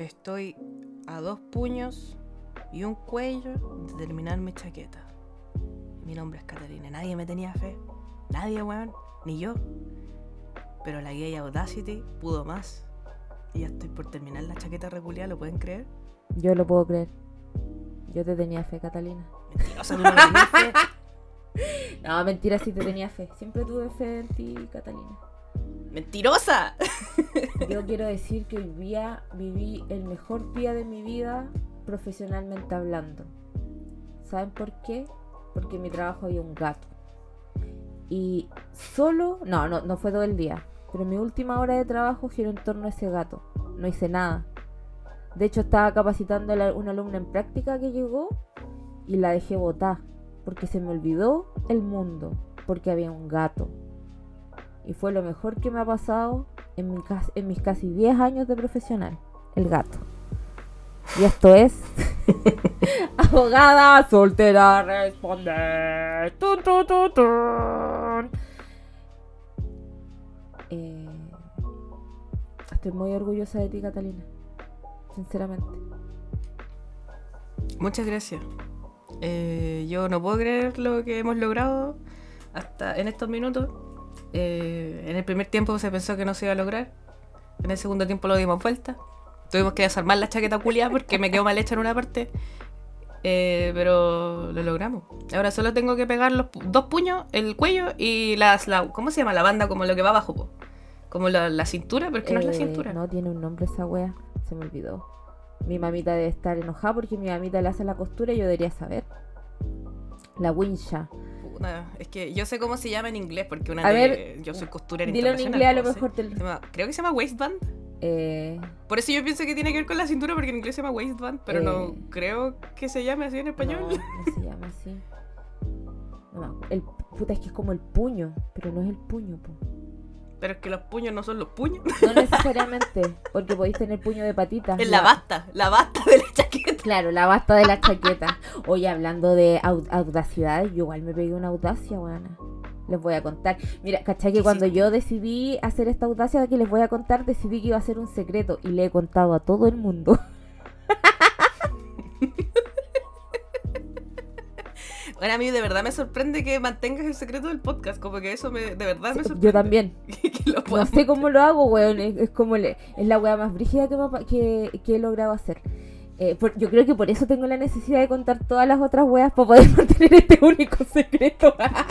Estoy a 2 puños y un cuello de terminar mi chaqueta. Mi nombre es Catalina. Nadie me tenía fe. Nadie, weón. Ni yo. Pero la gay Audacity pudo más. Y ya estoy por terminar la chaqueta reculiada, ¿lo pueden creer? Yo lo puedo creer. Yo te tenía fe, Catalina. Mentirosa, tú no me tenías fe. No, mentira, sí te tenía fe. Siempre tuve fe en ti, Catalina. ¡Mentirosa! Yo quiero decir que hoy día viví el mejor día de mi vida profesionalmente hablando. ¿Saben por qué? Porque en mi trabajo había un gato. Y solo... No fue todo el día. Pero mi última hora de trabajo giró en torno a ese gato. No hice nada. De hecho, estaba capacitando a una alumna en práctica que llegó y la dejé botar. Porque se me olvidó el mundo. Porque había un gato. Y fue lo mejor que me ha pasado en mis casi 10 años de profesional. El gato. Y esto es... Abogada soltera responde. Tun, tun, tun, tun. Estoy muy orgullosa de ti, Catalina. Sinceramente. Muchas gracias. Yo no puedo creer lo que hemos logrado hasta en estos minutos. En el primer tiempo se pensó que no se iba a lograr. En el segundo tiempo lo dimos vuelta. Tuvimos que desarmar la chaqueta culia porque me quedó mal hecha en una parte. Pero lo logramos. Ahora solo tengo que pegar los 2 puños, el cuello y ¿cómo se llama? La banda, como lo que va abajo, po. Como la cintura, pero es que no es la cintura. No, tiene un nombre esa wea. Se me olvidó. Mi mamita debe estar enojada porque mi mamita le hace la costura y yo debería saber. La wincha. Es que yo sé cómo se llama en inglés porque yo soy costurera dilo internacional. Dilo en inglés, a lo mejor creo que se llama waistband. Por eso yo pienso que tiene que ver con la cintura, porque en inglés se llama waistband, pero no creo que se llame así en español. No se llama así. No, es que es como el puño, pero no es el puño, po. Pero es que los puños no son los puños. No necesariamente, porque podéis tener puño de patita. Es la basta de la chaqueta. Claro, la basta de la chaqueta. Oye, hablando de audacidad, yo igual me pegué una audacia, buena. Les voy a contar. Mira, ¿cachai? Que cuando yo decidí hacer esta audacia que les voy a contar, decidí que iba a ser un secreto y le he contado a todo el mundo. Bueno, a mí de verdad me sorprende que mantengas el secreto del podcast, como que eso de verdad me sorprende. Yo también. No sé cómo lo hago, weón. Es como es la weá más brígida que he logrado hacer. Yo creo que por eso tengo la necesidad de contar todas las otras weas para poder mantener este único secreto.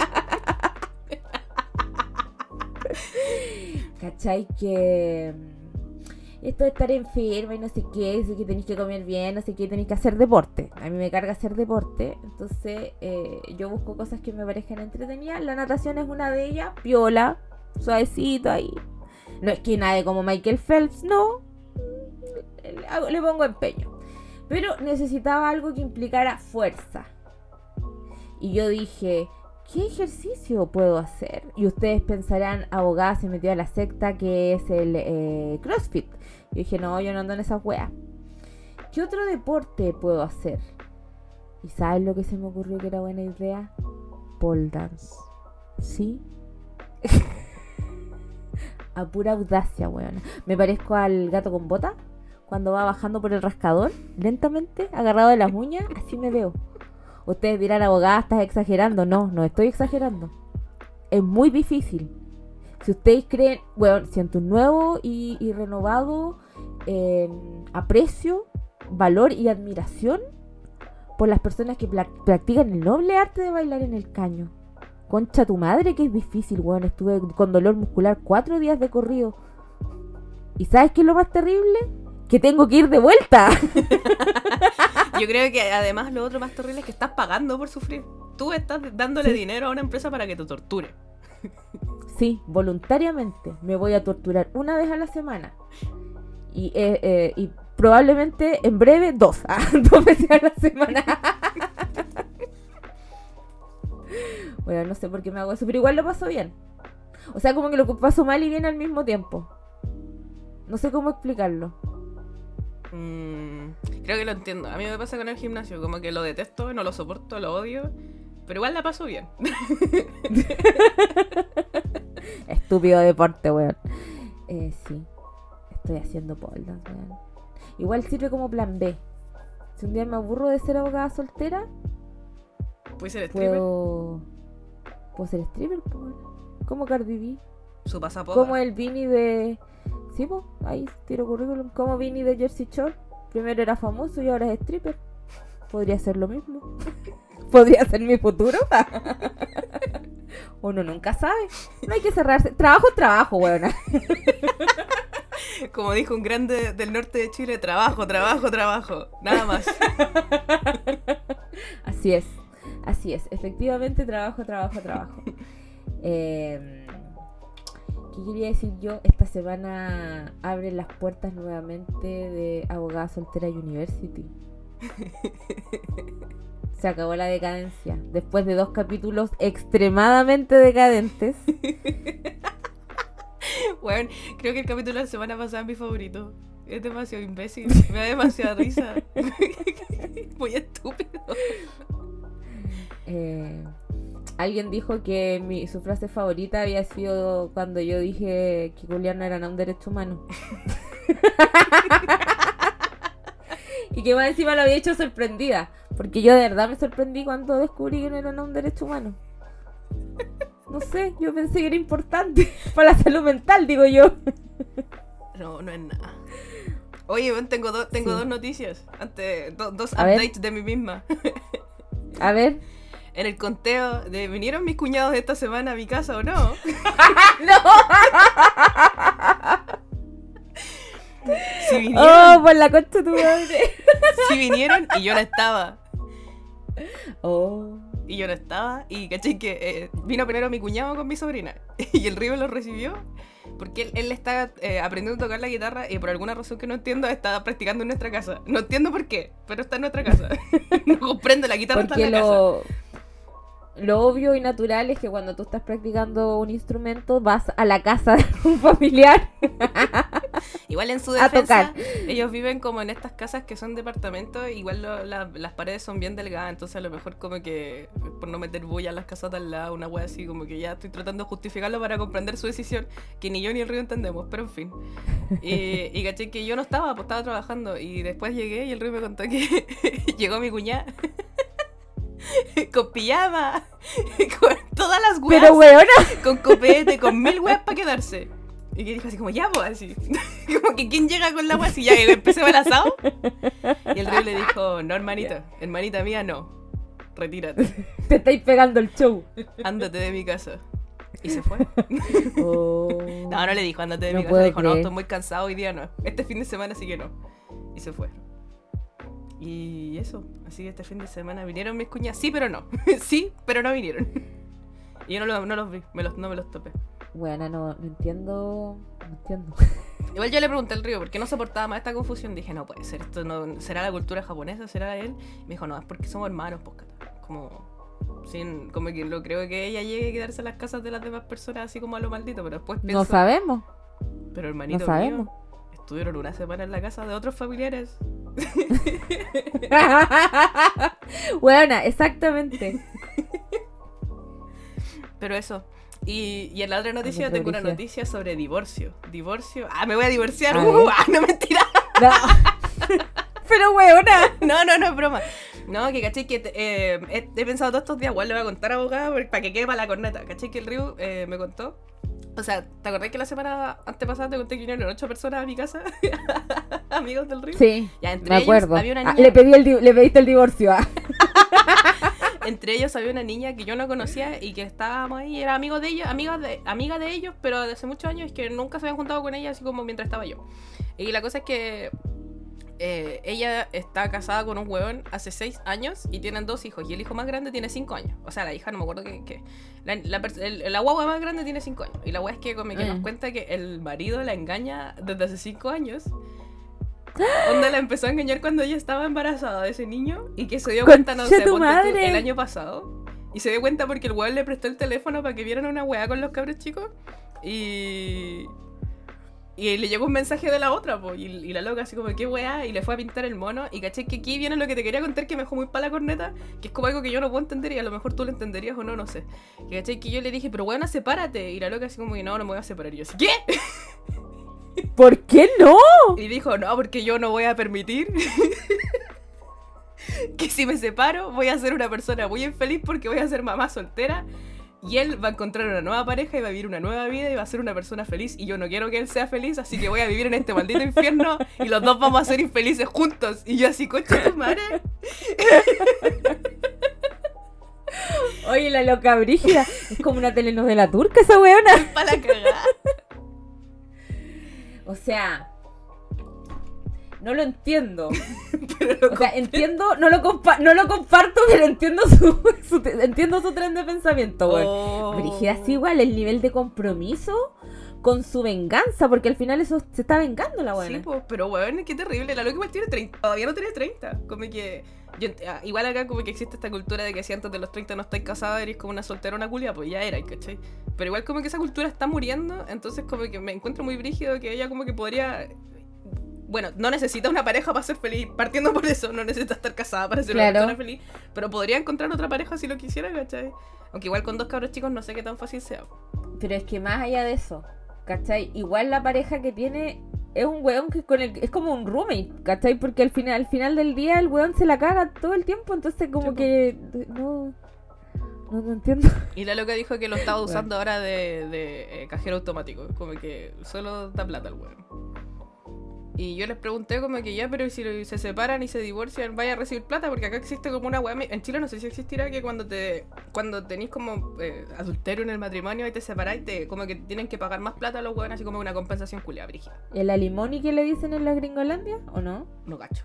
¿Cachai? Que esto de estar enferma y no sé qué, sé que tenéis que comer bien, no sé qué, tenéis que hacer deporte. A mí me carga hacer deporte, entonces yo busco cosas que me parezcan entretenidas. La natación es una de ellas, piola, suavecito ahí. No es que nade como Michael Phelps, no. Le pongo empeño. Pero necesitaba algo que implicara fuerza. Y yo dije, ¿qué ejercicio puedo hacer? Y ustedes pensarán, abogada se metió a la secta que es el CrossFit. Yo dije, no, yo no ando en esa wea. ¿Qué otro deporte puedo hacer? ¿Y saben lo que se me ocurrió que era buena idea? Pole dance. ¿Sí? A pura audacia, weón. Me parezco al gato con bota cuando va bajando por el rascador, lentamente, agarrado de las uñas. Así me veo. Ustedes dirán, abogada, estás exagerando. No estoy exagerando. Es muy difícil. Si ustedes creen, bueno, siento un nuevo y renovado aprecio, valor y admiración por las personas que practican el noble arte de bailar en el caño. Concha tu madre que es difícil, weón. Estuve con dolor muscular 4 días de corrido. ¿Y sabes qué es lo más terrible? Que tengo que ir de vuelta. Yo creo que además lo otro más terrible es que estás pagando por sufrir. Tú estás dándole dinero a una empresa para que te torture. Sí, voluntariamente. Me voy a torturar una vez a la semana. Y probablemente en breve 2. 2 veces a la semana. Bueno, no sé por qué me hago eso, pero igual lo paso bien. O sea, como que lo paso mal y bien al mismo tiempo. No sé cómo explicarlo. Creo que lo entiendo. A mí me pasa con el gimnasio, como que lo detesto, no lo soporto, lo odio, pero igual la paso bien. Estúpido deporte, weón. Sí, estoy haciendo pole dance, weón. igual sirve como plan B. Si un día me aburro de ser abogada soltera, ¿Puedes ser stripper? puedo ser stripper, pues. Como Cardi B. Su pasaporte. Como el Vini de... Sí, pues, ahí tiro currículum. Como Vini de Jersey Shore. Primero era famoso y ahora es stripper. Podría ser lo mismo. Podría ser mi futuro. Uno nunca sabe. No hay que cerrarse. Trabajo es trabajo, weona. Como dijo un grande del norte de Chile, trabajo, trabajo, trabajo. Nada más. Así es. Así es. Efectivamente, trabajo, trabajo, trabajo. ¿Qué quería decir yo? Esta semana abren las puertas nuevamente de Abogada Soltera University. Se acabó la decadencia. Después de 2 capítulos extremadamente decadentes. Bueno, creo que el capítulo de la semana pasada es mi favorito. Es demasiado imbécil. Me da demasiada risa. Muy estúpido. Alguien dijo que su frase favorita había sido cuando yo dije que culiar no era nada un derecho humano. Y que más encima lo había hecho sorprendida. Porque yo de verdad me sorprendí cuando descubrí que no era nada un derecho humano. No sé, yo pensé que era importante para la salud mental, digo yo. No, no es nada. Oye, bueno, tengo dos noticias. Dos A ver. updates de mí misma. A ver. En el conteo de ¿vinieron mis cuñados esta semana a mi casa o no? ¡No! Si vinieron, ¡Oh, por la concha de tu madre! si vinieron y yo no estaba. ¡Oh! Y yo no estaba. Y caché que vino primero mi cuñado con mi sobrina. Y el River lo recibió. Porque él está aprendiendo a tocar la guitarra y por alguna razón que no entiendo está practicando en nuestra casa. No entiendo por qué, pero está en nuestra casa. No comprendo, la guitarra está Porque en la casa. lo obvio y natural es que cuando tú estás practicando un instrumento vas a la casa de un familiar. Igual en su a defensa, tocar. ellos viven como en estas casas que son departamentos, igual las paredes son bien delgadas, entonces a lo mejor como que por no meter bulla en las casas de al lado, una wea así, como que ya estoy tratando de justificarlo para comprender su decisión, que ni yo ni el Río entendemos, pero en fin. Y caché que yo no estaba, pues estaba trabajando, y después llegué y el Río me contó que llegó mi cuñada con pijama, con todas las weas, Pero weona, con copete, con 1000 weas para quedarse. Y que dijo así como, ya, pues, así. Como que ¿quién llega con la wea así? Ya que empecé el asado. Y el Río le dijo, no, hermanita mía, no. Retírate. te estáis pegando el show. Ándate de mi casa. Y se fue. Oh. No le dijo, ándate de No mi casa. puedo Dijo, no, creer. estoy muy cansado hoy día, no. Este fin de semana sí que no. Y se fue. Y eso. Así que este fin de semana vinieron mis cuñadas. Sí, pero no. Sí, pero no vinieron. Y yo no los vi. No me los topé. Bueno, no entiendo. No entiendo. Igual yo le pregunté al Río por qué no soportaba más esta confusión. Dije, no puede ser, esto no será la cultura japonesa, será él. Me dijo, no, es porque somos hermanos, pues, como que lo creo que ella llegue a quedarse en las casas de las demás personas así como a lo maldito, pero después pienso, No sabemos. pero hermanito No sabemos. mío, estuvieron una semana en la casa de otros familiares. Bueno, exactamente. Pero eso. Y en la otra noticia Ay, tengo una brígida. noticia sobre divorcio. Divorcio. Ah, me voy a divorciar. A ver. No, mentira. No. Pero weona. No, es broma. No, que caché que he pensado todos estos días, igual le voy a contar a abogada para que quede para la corneta. Caché que el Ryu me contó. O sea, ¿te acordás que la semana antepasada te conté que vinieron 8 personas a mi casa? Amigos del Ryu. Sí, Ya, entre me ellos acuerdo. había una niña. Le pediste el divorcio. Entre ellos había una niña que yo no conocía y que estábamos ahí, era amigo de ellos, amiga de ellos, pero de hace muchos años, que nunca se habían juntado con ella, así como mientras estaba yo. Y la cosa es que ella está casada con un huevón hace 6 años y tienen 2 hijos, y el hijo más grande tiene 5 años. O sea, la hija no me acuerdo que la guagua más grande tiene 5 años. Y la hueá es que nos cuenta que el marido la engaña desde hace 5 años. Onda la empezó a engañar cuando ella estaba embarazada de ese niño y que se dio cuenta, no sé, ¡Concha tu ponte tú, madre! el año pasado. Y se dio cuenta porque el weón le prestó el teléfono para que vieran una weá con los cabros chicos. Y le llegó un mensaje de la otra, po, y la loca así como, ¿qué weá? Y le fue a pintar el mono. Y caché que aquí viene lo que te quería contar, que me dejó muy pa' la corneta, que es como algo que yo no puedo entender y a lo mejor tú lo entenderías o no, no sé. Y caché que yo le dije, pero weona, sepárate. Y la loca así como, no me voy a separar. Y yo así, ¿qué? ¿Por qué no? Y dijo, no, porque yo no voy a permitir que si me separo voy a ser una persona muy infeliz porque voy a ser mamá soltera. Y él va a encontrar una nueva pareja y va a vivir una nueva vida y va a ser una persona feliz. Y yo no quiero que él sea feliz, así que voy a vivir en este maldito infierno y los dos vamos a ser infelices juntos. Y yo así, concha tu madre. Oye, la loca brígida. Es como una telenovela turca esa weona. Para la cagada. O sea, no lo entiendo. Pero O sea, entiendo, no lo comparto, pero entiendo entiendo su tren de pensamiento, weón. Oh. Brígida, sí, igual, el nivel de compromiso con su venganza, porque al final eso se está vengando la buena. Sí, pues, pero weón, qué terrible. La loca igual tiene 30, todavía no tiene 30. Como que igual acá como que existe esta cultura de que si antes de los 30 no estáis casada, eres como una solterona culia, pues ya era, ¿cachai? Pero igual como que esa cultura está muriendo, entonces como que me encuentro muy brígido que ella como que podría... Bueno, no necesita una pareja para ser feliz, partiendo por eso, no necesita estar casada para ser una persona feliz, pero podría encontrar otra pareja si lo quisiera, ¿cachai? Aunque igual con 2 cabros chicos no sé qué tan fácil sea. Pero es que más allá de eso, ¿cachai? Igual la pareja que tiene es un weón que es como un roommate, ¿cachai? Porque al final del día el weón se la caga todo el tiempo, entonces como Sí, que no entiendo. Y la loca dijo que lo estaba usando ahora de cajero automático, como que solo da plata el weón. Y yo les pregunté como que ya, pero si se separan y se divorcian, ¿vaya a recibir plata? Porque acá existe como una weá, en Chile no sé si existirá, que cuando tenés como adulterio en el matrimonio y te separáis, como que tienen que pagar más plata a los weones, así como una compensación culia brígida. ¿El alimony que le dicen en la Gringolandia o no? No cacho.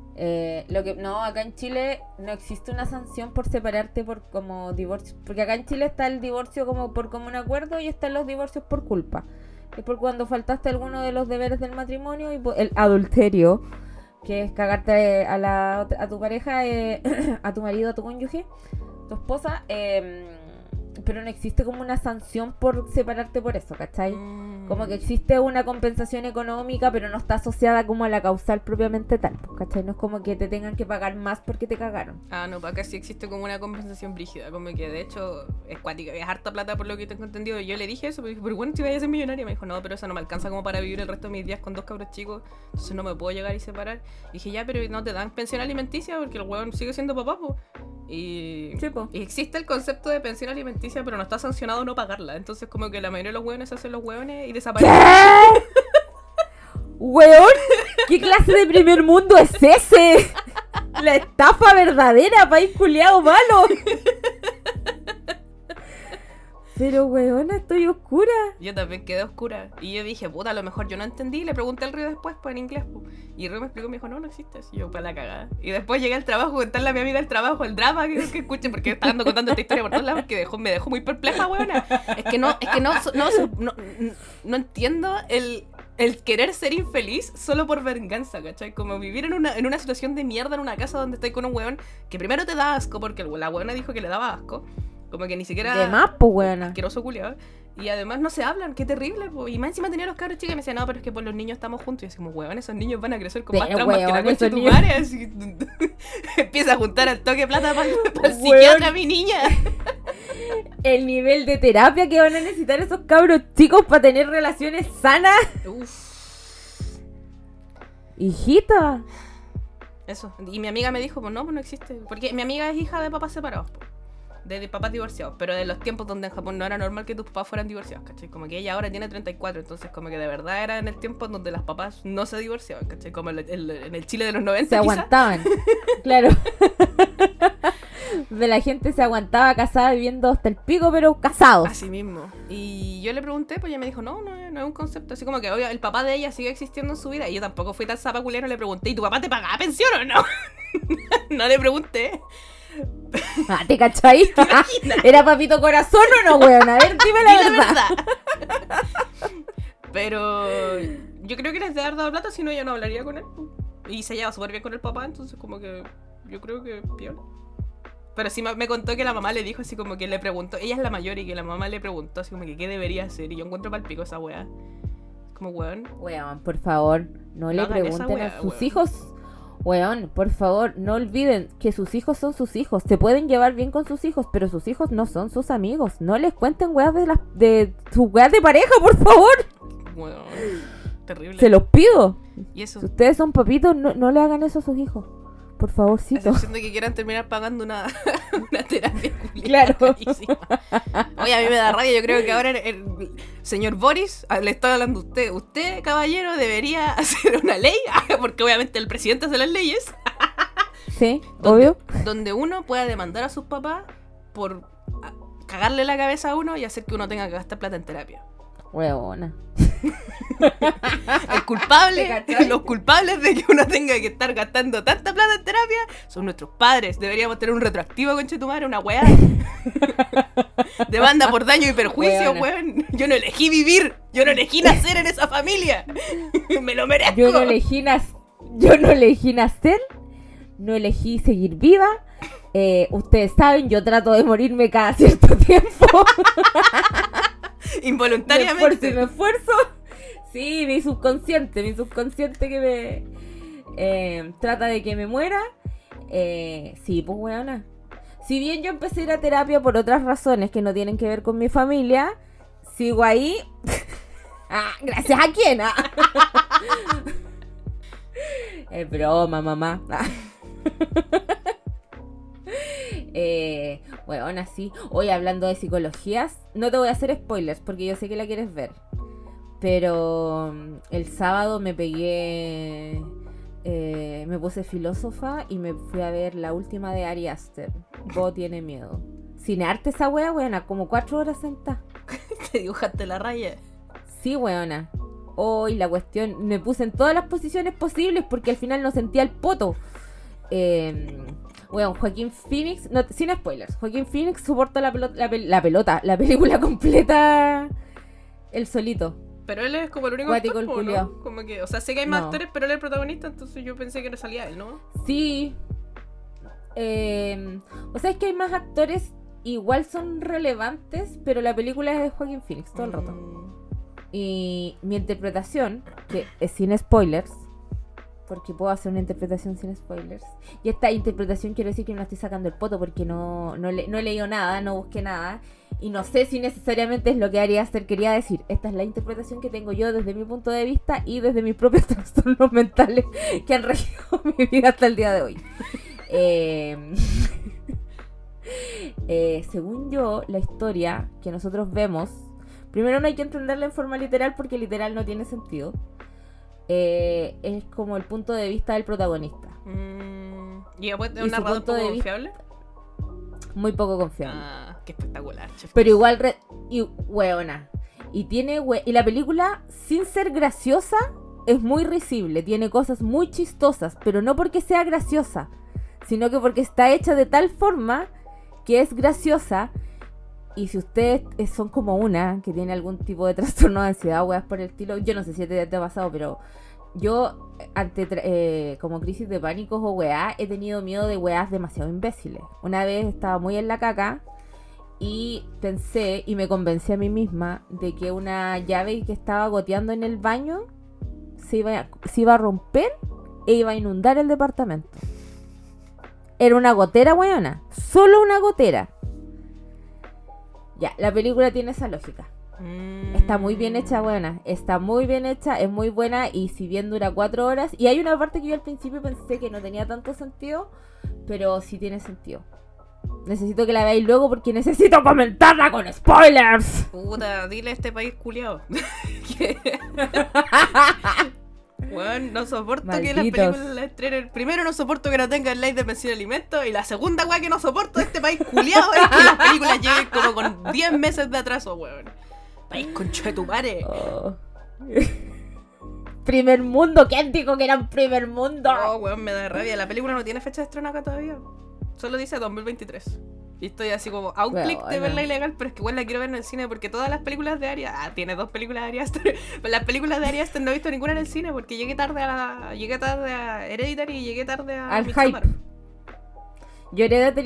No, acá en Chile no existe una sanción por separarte por como divorcio, porque acá en Chile está el divorcio como por común acuerdo y están los divorcios por culpa. Es por cuando faltaste alguno de los deberes del matrimonio y el adulterio, que es cagarte a tu pareja, a tu marido, a tu cónyuge, tu esposa, pero no existe como una sanción por separarte por eso, ¿cachai? Como que existe una compensación económica, pero no está asociada como a la causal propiamente tal, ¿cachai? No es como que te tengan que pagar más porque te cagaron. Ah, no, acá sí existe como una compensación brígida, como que de hecho es cuática, es harta plata por lo que tengo entendido. Yo le dije eso, pero bueno, si vayas a ser millonaria, me dijo, no, pero eso no me alcanza como para vivir el resto de mis días con 2 cabros chicos, entonces no me puedo llegar y separar. Y dije, ya, pero no te dan pensión alimenticia porque el huevón sigue siendo papá, po. Y existe el concepto de pensión alimenticia, pero no está sancionado no pagarla. Entonces como que la mayoría de los hueones hacen los hueones y desaparecen. ¿Qué? ¿Weón? ¿Qué clase de primer mundo es ese? La estafa verdadera, país culiao malo. Pero weona, estoy oscura. Yo también quedé oscura. Y yo dije, puta, a lo mejor yo no entendí. Le pregunté al Río después, pues en inglés. Pues. Y el Río me explicó, me dijo, no existe. Y yo, para la cagada. Y después llegué al trabajo, contarle a mi amiga el trabajo, el drama que escuche, porque estaba contando esta historia por todos lados, que me dejó muy perpleja, weona. Es que no entiendo el querer ser infeliz solo por venganza, ¿cachai? Como vivir en una situación de mierda en una casa donde estoy con un weón que primero te da asco, porque la weona dijo que le daba asco. Como que ni siquiera... De más, pues, weona. Asqueroso culiado. Y además no se hablan, qué terrible, po. Y más encima tenía los cabros chicos y me decían, no, pero es que por los niños estamos juntos. Y así como, weón, esos niños van a crecer con más traumas que la concha de tu madre. Así empieza a juntar al toque plata para el psiquiatra, mi niña. El nivel de terapia que van a necesitar esos cabros chicos para tener relaciones sanas. Uff. Hijita. Eso. Y mi amiga me dijo, pues no existe. Porque mi amiga es hija de papás separados, po. De papás divorciados, pero de los tiempos donde en Japón no era normal que tus papás fueran divorciados, ¿cachai? Como que ella ahora tiene 34, entonces como que de verdad era en el tiempo donde las papás no se divorciaban, ¿cachai? Como en el Chile de los 90 se aguantaban, claro. De la gente se aguantaba casada viviendo hasta el pico, pero casados. Así mismo. Y yo le pregunté, pues ella me dijo, no es un concepto, así como que obvio, el papá de ella sigue existiendo en su vida, y yo tampoco fui tan zapaculero, le pregunté, ¿y tu papá te pagaba pensión o no? No le pregunté. Ah, ¿te cachai? ¿Era papito corazón o no, weón? A ver, dime la verdad. Pero yo creo que les de haber dado plata, si no ella no hablaría con él. Y se lleva súper bien con el papá, entonces como que yo creo que piola. Pero sí me contó que la mamá le dijo así como que le preguntó, ella es la mayor y que la mamá le preguntó así como que qué debería hacer. Y yo encuentro pa'l pico esa weá. Como weón. Weón, por favor, no le pregunten weá, a sus weón. hijos. Weón, por favor, no olviden que sus hijos son sus hijos. Se pueden llevar bien con sus hijos, pero sus hijos no son sus amigos. No les cuenten weas de sus weas de pareja, por favor. Bueno, Terrible. Se los pido. Y eso. Si ustedes son papitos, no le hagan eso a sus hijos. Por A favorcito. excepción de que quieran terminar pagando una terapia culiada Claro. carísima. Oye, a mí me da rabia. Yo creo que ahora el señor Boris le está hablando a usted. Usted, caballero, debería hacer una ley, porque obviamente el presidente hace las leyes, Sí, donde, obvio. donde uno pueda demandar a sus papás por cagarle la cabeza a uno y hacer que uno tenga que gastar plata en terapia. Huevona. El culpable, ¿Te cachai? los culpables de que uno tenga que estar gastando tanta plata en terapia son nuestros padres. Deberíamos tener un retroactivo, conchetumare, una weá. Demanda por daño y perjuicio, Weona. weón. Yo no elegí vivir, yo no elegí nacer en esa familia. Me lo merezco. Yo no elegí nacer, no elegí seguir viva. Ustedes saben, yo trato de morirme cada cierto tiempo. Involuntariamente. Me esfuerzo. Sí, mi subconsciente que me trata de que me muera. Sí, pues weona. Si bien yo empecé a ir a terapia por otras razones que no tienen que ver con mi familia, sigo ahí. ¿Gracias a quién? Es broma, mamá. Bueno, así. Hoy hablando de psicologías, no te voy a hacer spoilers porque yo sé que la quieres ver. Pero el sábado me pegué, me puse filósofa y me fui a ver la última de Ari Aster. Bo tiene miedo. Cinearte esa wea, weona, como 4 horas sentada. Te dibujaste la raya. Sí, weona. Hoy la cuestión, me puse en todas las posiciones posibles porque al final no sentía el poto. Bueno, Joaquín Phoenix, no, sin spoilers, Joaquín Phoenix soporta la película completa él solito. Pero él es como el único Cuático actor, el ¿no? culiao. Como que, o sea, sé que hay más No. actores, pero él es el protagonista, entonces yo pensé que no salía él, ¿no? Sí. O sea, es que hay más actores, igual son relevantes, pero la película es de Joaquín Phoenix todo el rato. Y mi interpretación, que es sin spoilers, porque puedo hacer una interpretación sin spoilers. Y esta interpretación quiero decir que no la estoy sacando el poto porque no he leído nada, no busqué nada. Y no sé si necesariamente es lo que Ari Aster quería decir. Esta es la interpretación que tengo yo desde mi punto de vista y desde mis propios trastornos mentales que han regido mi vida hasta el día de hoy. Según yo, la historia que nosotros vemos, primero no hay que entenderla en forma literal porque literal no tiene sentido. Es como el punto de vista del protagonista. ¿Y después de Y un su narrador punto poco de vista- confiable? Muy poco confiable. Qué espectacular, chef. Pero igual, hueona. Y la película, sin ser graciosa, es muy risible. Tiene cosas muy chistosas, pero no porque sea graciosa, sino que porque está hecha de tal forma que es graciosa. Y si ustedes son como una que tiene algún tipo de trastorno de ansiedad, weas por el estilo, yo no sé si te ha pasado, pero yo ante como crisis de pánicos o weas, he tenido miedo de weas demasiado imbéciles. Una vez estaba muy en la caca y pensé y me convencí a mí misma de que una llave que estaba goteando en el baño se iba a romper e iba a inundar el departamento. Era una gotera, weona, solo una gotera. Ya, la película tiene esa lógica. Está muy bien hecha, buena. Está muy bien hecha, es muy buena. Y si bien dura 4 horas. Y hay una parte que yo al principio pensé que no tenía tanto sentido, pero sí tiene sentido. Necesito que la veáis luego porque necesito comentarla con spoilers. Puta, dile a este país culiao. Bueno, no soporto que las Malditos. películas las estrenen. Primero, no soporto que no tengan ley de pensión de alimentos. Y la segunda weá que no soporto de este país culiao es que las películas lleguen como con 10 meses de atraso, weón. País conchetumare. Oh. Primer mundo, ¿quién dijo que era un primer mundo? Oh, weón, me da rabia. La película no tiene fecha de estreno acá todavía. Solo dice 2023. Y estoy así como a un Bueno, clic de verla ilegal, pero es que igual la quiero ver en el cine porque todas las películas de Ari... tiene 2 películas de Ari Aster. Pero las películas de Ari Aster no he visto ninguna en el cine porque llegué tarde a Hereditary y llegué tarde a Al Midsommar. hype. Yo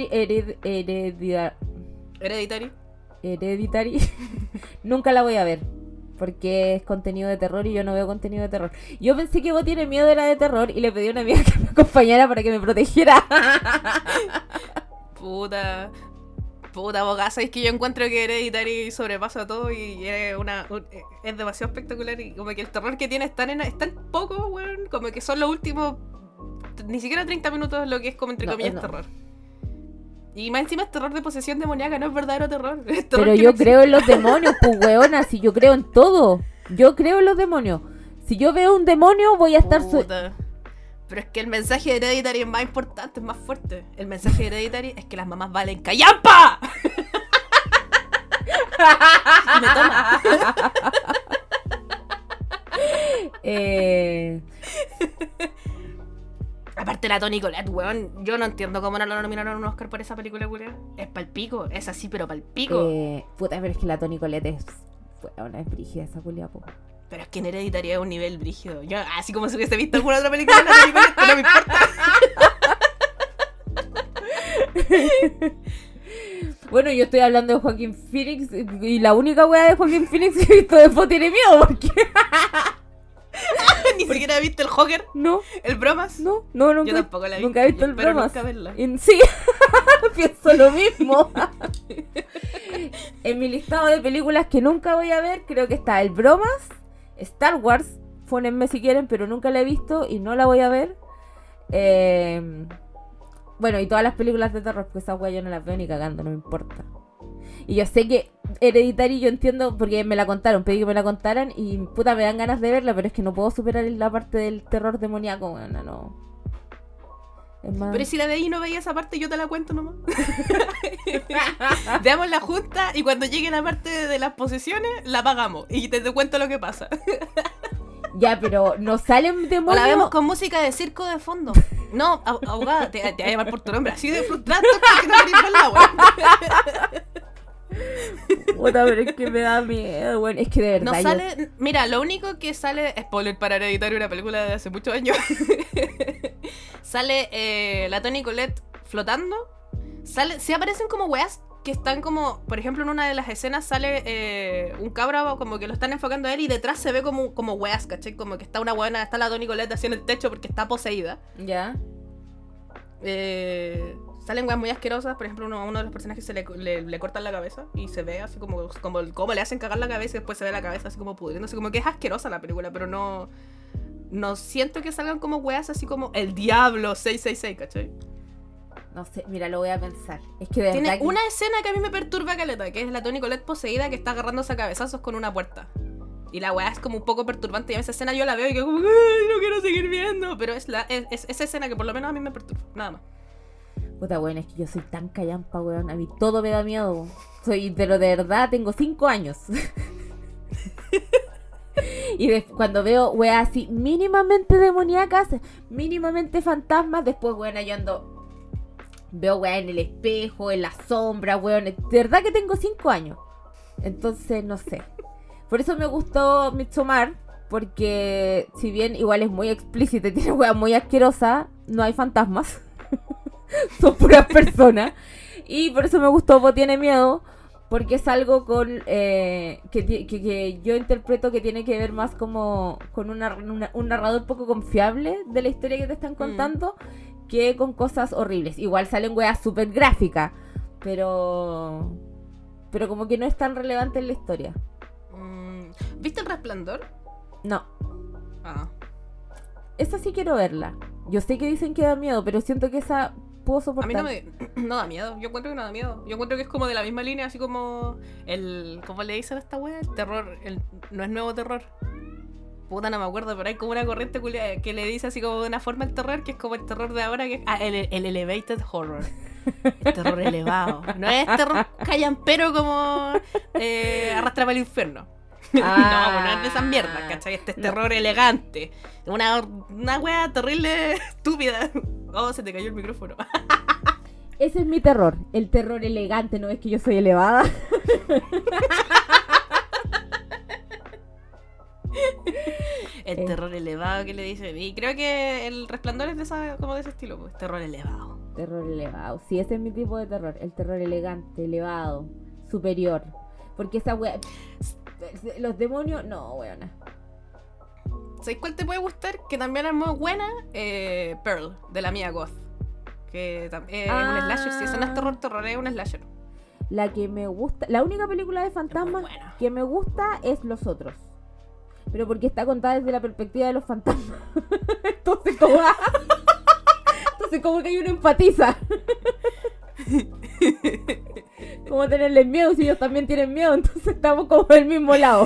Hereditary nunca la voy a ver porque es contenido de terror y yo no veo contenido de terror. Yo pensé que vos tiene miedo de la de terror y le pedí a una amiga que me acompañara para que me protegiera. Puta. Puta abogada, sabéis que yo encuentro que Hereditary sobrepasa todo y es demasiado espectacular y como que el terror que tiene es tan poco, weón, como que son los últimos, ni siquiera 30 minutos lo que es como entre comillas terror. Y más encima es terror de posesión demoníaca, no es verdadero terror. Es terror. Pero yo creo en los demonios, pues weona, si yo creo en todo. Yo creo en los demonios. Si yo veo un demonio voy a estar... Pero es que el mensaje de Hereditary es más importante, es más fuerte. El mensaje de Hereditary es que las mamás valen callampa. Me toma. Aparte la Toni Collette, weón. Yo no entiendo cómo no lo nominaron a un Oscar por esa película, culia. Es palpico, es así, pero palpico. Puta, pero es que la Toni Collette es brígida esa culia, po. Pero es que en Hereditary es un nivel brígido. Yo, así como si hubiese visto alguna otra película de la Toni Collette, no me importa. Bueno, yo estoy hablando de Joaquin Phoenix y la única wea de Joaquin Phoenix que he visto después tiene miedo, porque... Ni siquiera he visto el Joker. No. ¿El Bromas? No, nunca. Yo tampoco la he visto. Nunca he visto el Bromas. Nunca verla. Sí, pienso lo mismo. En mi listado de películas que nunca voy a ver, creo que está el Bromas, Star Wars, fónenme si quieren, pero nunca la he visto y no la voy a ver. Bueno, y todas las películas de terror, porque esas weas yo no las veo ni cagando, no me importa. Y yo sé que Hereditary yo entiendo, porque me la contaron, pedí que me la contaran y puta me dan ganas de verla, pero es que no puedo superar la parte del terror demoníaco, bueno, no. Es más... Pero si la veí y no veía esa parte, yo te la cuento nomás. Veamos la junta y cuando llegue la parte de las posesiones, la pagamos y te cuento lo que pasa. Ya, pero no salen demonios. O la vemos con música de circo de fondo. No, abogada, te voy a llamar por tu nombre. Así de frustrante porque no quería verla, weón. Puta, pero es que me da miedo, bueno, es que de verdad. No sale. Mira, lo único que sale. Spoiler para Hereditary, una película de hace muchos años. Sale la Toni Collette flotando. Se aparecen como weas que están como. Por ejemplo, en una de las escenas sale un cabra como que lo están enfocando a él y detrás se ve como weas, ¿cachai? Como que está una buena. Está la Toni Collette así en el techo porque está poseída. Ya. Salen weas muy asquerosas. Por ejemplo, uno de los personajes le cortan la cabeza y se ve así como le hacen cagar la cabeza y después se ve la cabeza así como pudriéndose. Como que es asquerosa la película, pero no siento que salgan como weas así como el diablo 666, ¿cachai? No sé, mira, lo voy a pensar. Es que de tiene verdad una escena que a mí me perturba caleta, que es la Toni Collette poseída que está agarrándose a cabezazos con una puerta. Y la weá es como un poco perturbante y a esa escena yo la veo y que como, ¡ay, no quiero seguir viendo! Pero es esa escena que por lo menos a mí me perturba, nada más. Puta, weón, es que yo soy tan callampa, weón. A mí todo me da miedo. Pero de verdad tengo 5 años. Y cuando veo weas así mínimamente demoníacas, mínimamente fantasmas, después, weón, yo ando... Veo weá en el espejo, en la sombra, weón. De verdad que tengo 5 años. Entonces, no sé. Por eso me gustó Midsommar. Porque si bien igual es muy explícita y tiene weá muy asquerosa, no hay fantasmas. Son puras personas. Y por eso me gustó Bo tiene miedo. Porque es algo con que yo interpreto que tiene que ver más como con un narrador poco confiable de la historia que te están contando. Que con cosas horribles. Igual salen weas súper gráficas, pero como que no es tan relevante en la historia. ¿Viste El Resplandor? No. Ah. Esa sí quiero verla. Yo sé que dicen que da miedo, pero siento que esa puedo soportar. A mí no da miedo. Yo encuentro que no da miedo. Yo encuentro que es como de la misma línea, así como ¿cómo le dicen a esta wea? El terror, no es nuevo terror. Puta, no me acuerdo, pero hay como una corriente que le dice así como de una forma el terror, que es como el terror de ahora, que es el elevated horror. El terror elevado. No es terror callampero como arrastra para el infierno. No es de esas mierdas, ¿cachai? Este es terror elegante. Una wea terrible, estúpida. Oh, se te cayó el micrófono. Ese es mi terror. El terror elegante, ¿no es que yo soy elevada? El terror elevado que le dice. Y creo que El Resplandor es de ese estilo, pues. Terror elevado. Terror elevado. Sí, ese es mi tipo de terror. El terror elegante, elevado, superior. Porque esa wea... Los demonios... No, weona. ¿Sabes cuál te puede gustar? Que también es muy buena. Pearl, de la Mia Goth. Que es un slasher. Sí, eso no es terror, es un slasher. La que me gusta, la única película de fantasmas que me gusta es Los Otros. Pero porque está contada desde la perspectiva de los fantasmas. Entonces como que hay uno empatiza. Como tenerles miedo si ellos también tienen miedo. Entonces estamos como del mismo lado.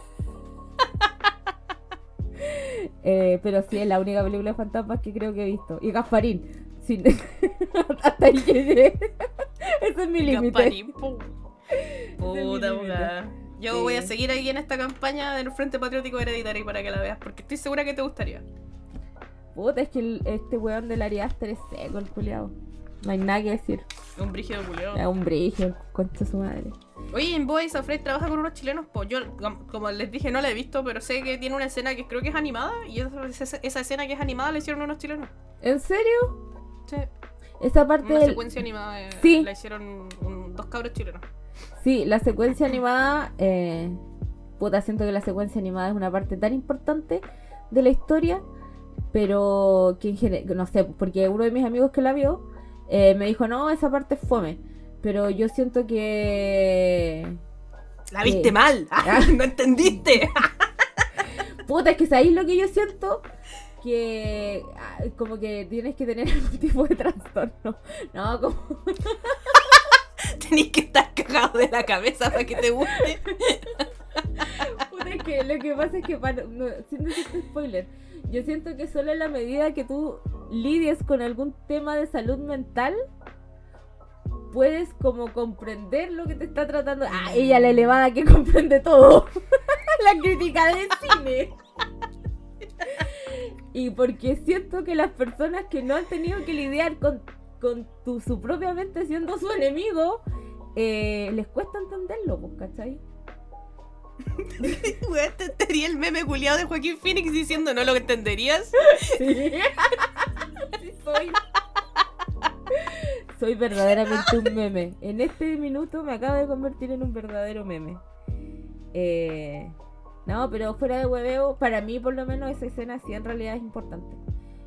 Pero sí, es la única película de fantasmas que creo que he visto. Y Gasparín. Sí. Hasta ahí llegué. Ese es mi límite. Gasparín, puta. Yo voy a seguir ahí en esta campaña del Frente Patriótico Hereditario para que la veas, porque estoy segura que te gustaría. Puta, es que este weón del Ari Aster es seco, el culiao. No hay nada que decir. Es un brígido culiao. Es un brígido, concha su madre. Oye, en Boys of Afraid trabaja con unos chilenos, pues yo, como les dije, no la he visto, pero sé que tiene una escena que creo que es animada, y esa escena que es animada la hicieron unos chilenos. ¿En serio? Sí. Esa parte una secuencia animada sí. La hicieron dos cabros chilenos. Sí, la secuencia animada, puta, siento que la secuencia animada es una parte tan importante de la historia, pero que en general, no sé, porque uno de mis amigos que la vio me dijo, no, esa parte es fome, pero yo siento que... La viste mal, no entendiste. Puta, es que ¿sabéis lo que yo siento? Que como que tienes que tener algún tipo de trastorno. No, como... Tenés que estar cagado de la cabeza para que te guste. Puta, es que lo que pasa es que, sin decirte spoiler, yo siento que solo en la medida que tú lidies con algún tema de salud mental, puedes como comprender lo que te está tratando. Ella la elevada que comprende todo. La crítica de cine. Y porque siento que las personas que no han tenido que lidiar con su propia mente siendo su enemigo, les cuesta entenderlo, pues, ¿cachai? Te entendería el meme culiado de Joaquín Phoenix diciendo, ¿no lo entenderías? Sí. Sí soy verdaderamente un meme. En este minuto me acabo de convertir en un verdadero meme. No, pero fuera de hueveo, para mí por lo menos esa escena sí en realidad es importante.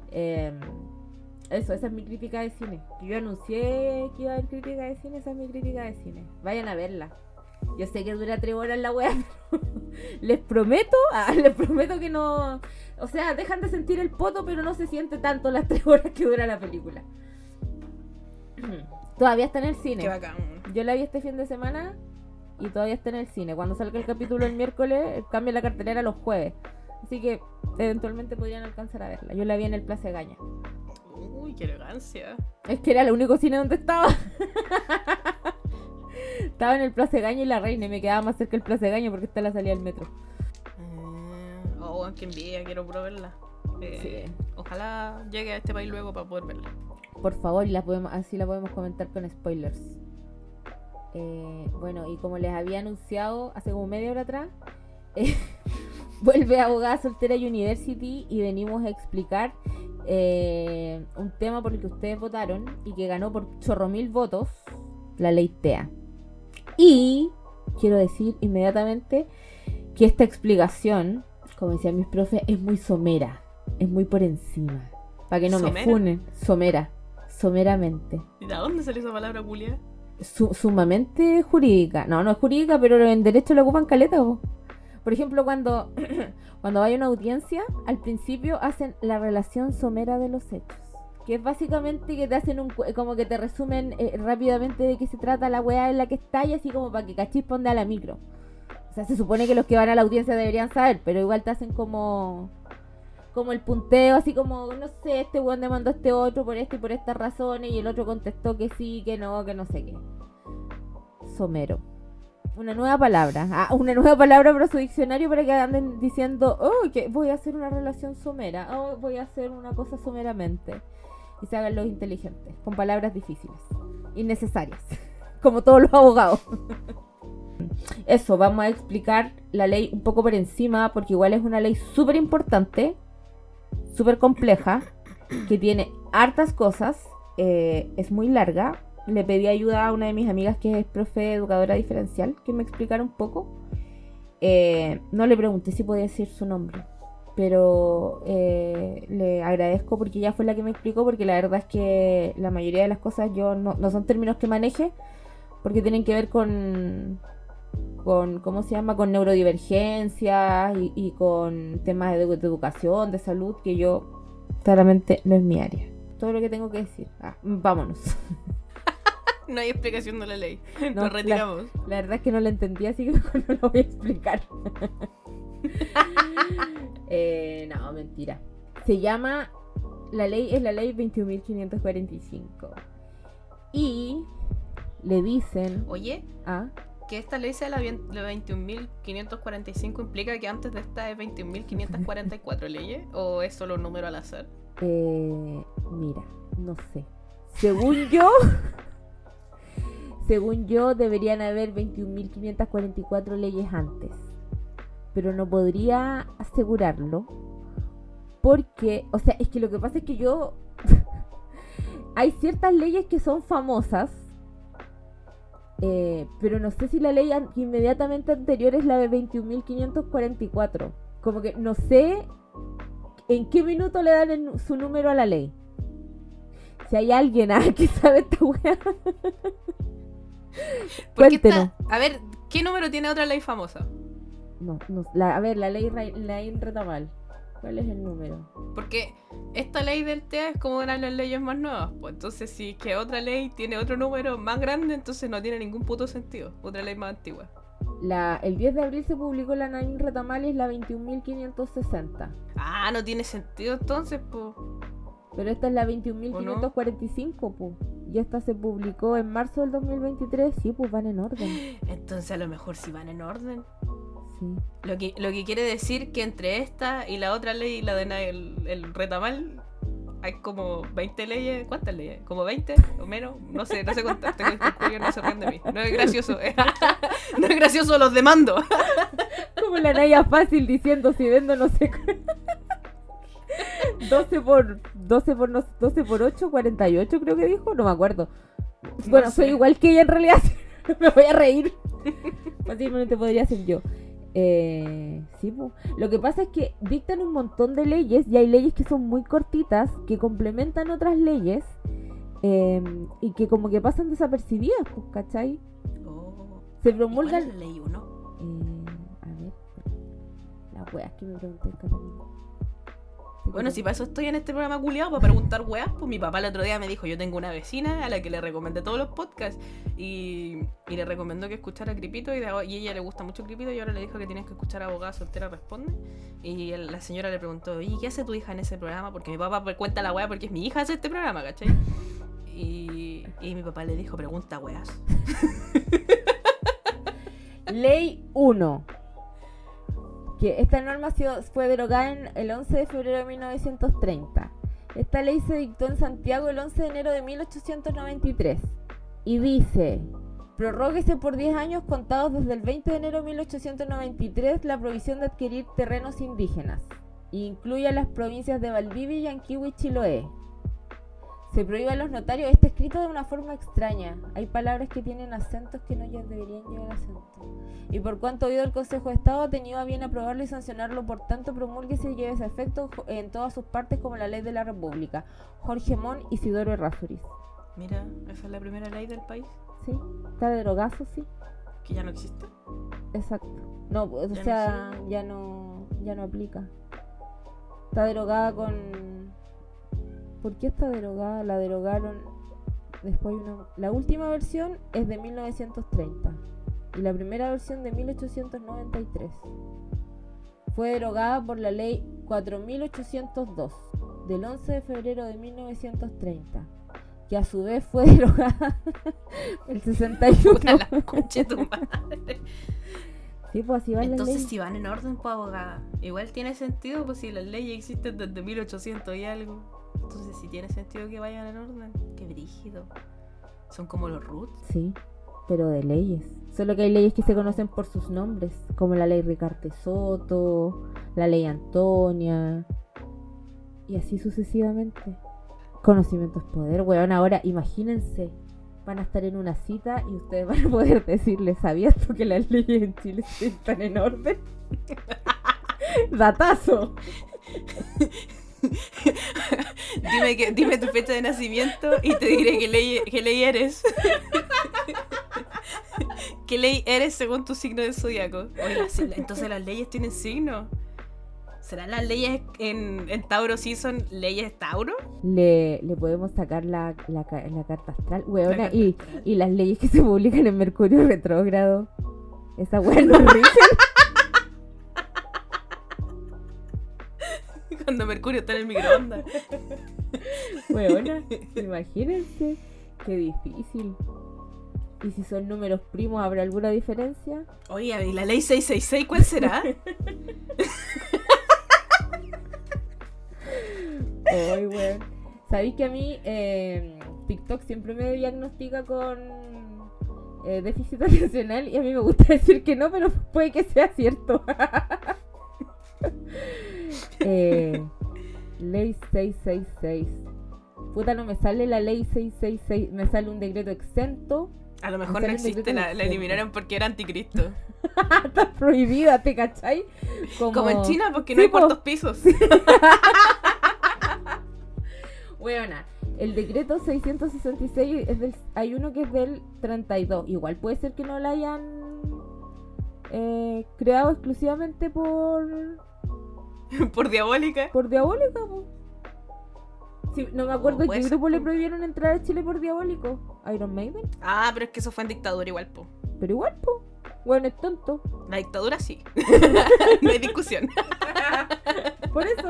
Esa es mi crítica de cine. Yo anuncié que iba a haber crítica de cine, esa es mi crítica de cine. Vayan a verla. Yo sé que dura 3 horas la wea, pero les prometo que no... O sea, dejan de sentir el poto, pero no se siente tanto las 3 horas que dura la película. Todavía está en el cine. Qué bacán. Yo la vi este fin de semana y todavía está en el cine. Cuando salga el capítulo el miércoles, cambia la cartelera los jueves. Así que eventualmente podrían alcanzar a verla. Yo la vi en el Plaza Gaña. Uy, qué elegancia. Es que era el único cine donde estaba. Estaba en el Plaza Gaña y La Reina, y me quedaba más cerca el Plaza Gaña porque está la salida del metro. Qué envidia, quiero puro verla. Sí. Ojalá llegue a este país luego para poder verla. Por favor, así la podemos comentar con spoilers. Bueno, y como les había anunciado hace como media hora atrás, vuelve Abogada Soltera University y venimos a explicar un tema por el que ustedes votaron y que ganó por chorro mil votos, la ley TEA. Y quiero decir inmediatamente que esta explicación, como decían mis profes, es muy somera, es muy por encima. Para que no me funen, someramente. ¿Y de dónde salió esa palabra, Julia? Sumamente jurídica. No es jurídica, pero en derecho la ocupan caleta, ¿o? Por ejemplo, cuando vaya a una audiencia, al principio hacen la relación somera de los hechos, que es básicamente que te hacen como que te resumen rápidamente de qué se trata la weá en la que está, y así como para que cachis ponde a la micro. O sea, se supone que los que van a la audiencia deberían saber, pero igual te hacen como el punteo, así como, no sé, este weón demandó a este otro por esto y por estas razones, y el otro contestó que sí, que no sé qué. Somero. Una nueva palabra para su diccionario, para que anden diciendo, que voy a hacer una relación somera, voy a hacer una cosa someramente, y se hagan los inteligentes, con palabras difíciles, innecesarias, como todos los abogados. Eso, vamos a explicar la ley un poco por encima, porque igual es una ley súper importante, súper compleja, que tiene hartas cosas, es muy larga. Le pedí ayuda a una de mis amigas que es profe educadora diferencial, que me explicara un poco. No le pregunté si podía decir su nombre, pero le agradezco porque ella fue la que me explicó, porque la verdad es que la mayoría de las cosas yo no son términos que maneje, porque tienen que ver con ¿cómo se llama? Con neurodivergencia y con temas de educación, de salud, que yo claramente no es mi área. Todo lo que tengo que decir. Vámonos. No hay explicación de la ley. No, Nos retiramos. La verdad es que no la entendí, así que mejor no lo voy a explicar. No, mentira. Se llama... La ley es la ley 21.545. Y le dicen... Oye, que esta ley sea la 21.545 implica que antes de esta es 21.544 leyes, ¿o es solo un número al azar? Mira, no sé. Según yo deberían haber 21.544 leyes antes, pero no podría asegurarlo porque, o sea, es que lo que pasa es que hay ciertas leyes que son famosas, pero no sé si la ley inmediatamente anterior es la de 21.544. Como que no sé en qué minuto le dan su número a la ley. Si hay alguien que sabe esta weá, cuéntenos. A ver, ¿qué número tiene otra ley famosa? A ver, la ley Retamal. ¿Cuál es el número? Porque esta ley del TEA es como una de las leyes más nuevas, pues. Entonces, si es que otra ley tiene otro número más grande, entonces no tiene ningún puto sentido. Otra ley más antigua. El 10 de abril se publicó la Nain Retamal y es la 21.560. No tiene sentido entonces, pues. Pero esta es la 21.545, pues. Y esta se publicó en marzo del 2023. Sí, pues van en orden. Entonces a lo mejor sí van en orden. Sí. Lo que quiere decir que entre esta y la otra ley, la de el Retamal, hay como 20 leyes. ¿Cuántas leyes? ¿Como 20 o menos? No sé contar. Tengo el calculio, no se ríen de mí. No es gracioso. No es gracioso, los demando. Como la Naya Fácil diciendo si vendo no sé 12 por 8, 48 creo que dijo, no me acuerdo. Bueno, soy igual que ella en realidad. Me voy a reír. Fácilmente podría ser yo. Sí, pues. Lo que pasa es que dictan un montón de leyes y hay leyes que son muy cortitas, que complementan otras leyes y que como que pasan desapercibidas, pues, ¿cachai? Se promulgan... ¿Y cuál es la ley 1? A ver, las weas que me pregunté, Catalina. Bueno, si para eso estoy en este programa culiado, para preguntar weas, pues mi papá el otro día me dijo, yo tengo una vecina a la que le recomendé todos los podcasts y le recomendó que escuchara Cripito y a ella le gusta mucho Cripito y ahora le dijo que tienes que escuchar Abogada Soltera Responde y la señora le preguntó, ¿y qué hace tu hija en ese programa? Porque mi papá cuenta la wea porque es mi hija hace este programa, ¿cachai? Y mi papá le dijo, pregunta weas. Ley 1. Que esta norma fue derogada el 11 de febrero de 1930. Esta ley se dictó en Santiago el 11 de enero de 1893. Y dice, prorróguese por 10 años contados desde el 20 de enero de 1893 la provisión de adquirir terrenos indígenas. E incluye a las provincias de Valdivia, Yanquihue y Chiloé. Se prohíbe a los notarios. Está escrito de una forma extraña. Hay palabras que tienen acentos que no deberían llevar acento. Y por cuanto ha oído el Consejo de Estado, ha tenido a bien aprobarlo y sancionarlo, por tanto, promúlguese y lleve ese efecto en todas sus partes como la ley de la República. Jorge Mon, Isidoro Errázuriz. Mira, esa es la primera ley del país. Sí, está derogazo, sí. ¿Que ya no existe? Exacto. No, o sea, ya no aplica. Está derogada con... ¿Por qué está derogada? La derogaron después la última versión es de 1930 y la primera versión de 1893. Fue derogada por la ley 4802 del 11 de febrero de 1930, que a su vez fue derogada el 61. Puta la concha de tu madre. Sí, pues así van las Entonces leyes. si van en orden, pues abogada, igual tiene sentido, pues si las leyes existen desde 1800 y algo. Entonces sí tiene sentido que vayan en orden. Qué brígido. Son como los roots. Sí, pero de leyes. Solo que hay leyes que se conocen por sus nombres, como la ley Ricarte Soto, la ley Antonia, y así sucesivamente. Conocimiento es poder, weón. Ahora imagínense, van a estar en una cita y ustedes van a poder decirle, ¿sabías tú que las leyes en Chile están en orden? ¡Datazo! Dime tu fecha de nacimiento y te diré qué ley eres. ¿Qué ley eres según tu signo de zodiaco? Oye, entonces las leyes tienen signo. ¿Serán las leyes en Tauro sí son leyes Tauro? Le podemos sacar la carta astral, weona, La carta y astral. y las leyes que se publican en Mercurio retrógrado. Esa weá no rige. Cuando Mercurio está en el microondas. Weona, imagínense. Qué difícil. ¿Y si son números primos, habrá alguna diferencia? Oye, ¿y la ley 666 cuál será? Ay, weón. ¿Sabéis que a mí TikTok siempre me diagnostica con déficit atencional? Y a mí me gusta decir que no, pero puede que sea cierto. Ley 666. Puta, no me sale la ley 666. Me sale un decreto exento. A lo mejor Me no sale un existe, decreto la exento. eliminaron porque era anticristo. Está prohibida, ¿te cachai? Como en China, porque no Sí, hay po. cuartos pisos. Weona, el decreto 666 hay uno que es del 32. Igual puede ser que no la hayan creado exclusivamente por Por diabólica. diabólica, po. Sí, no me acuerdo Puede qué ser, grupo le po. prohibieron entrar a Chile por diabólico. Iron Maiden. Ah, pero es que eso fue en dictadura igual, po. Pero igual, po. Bueno, es tonto. La dictadura sí. No hay discusión. Por eso.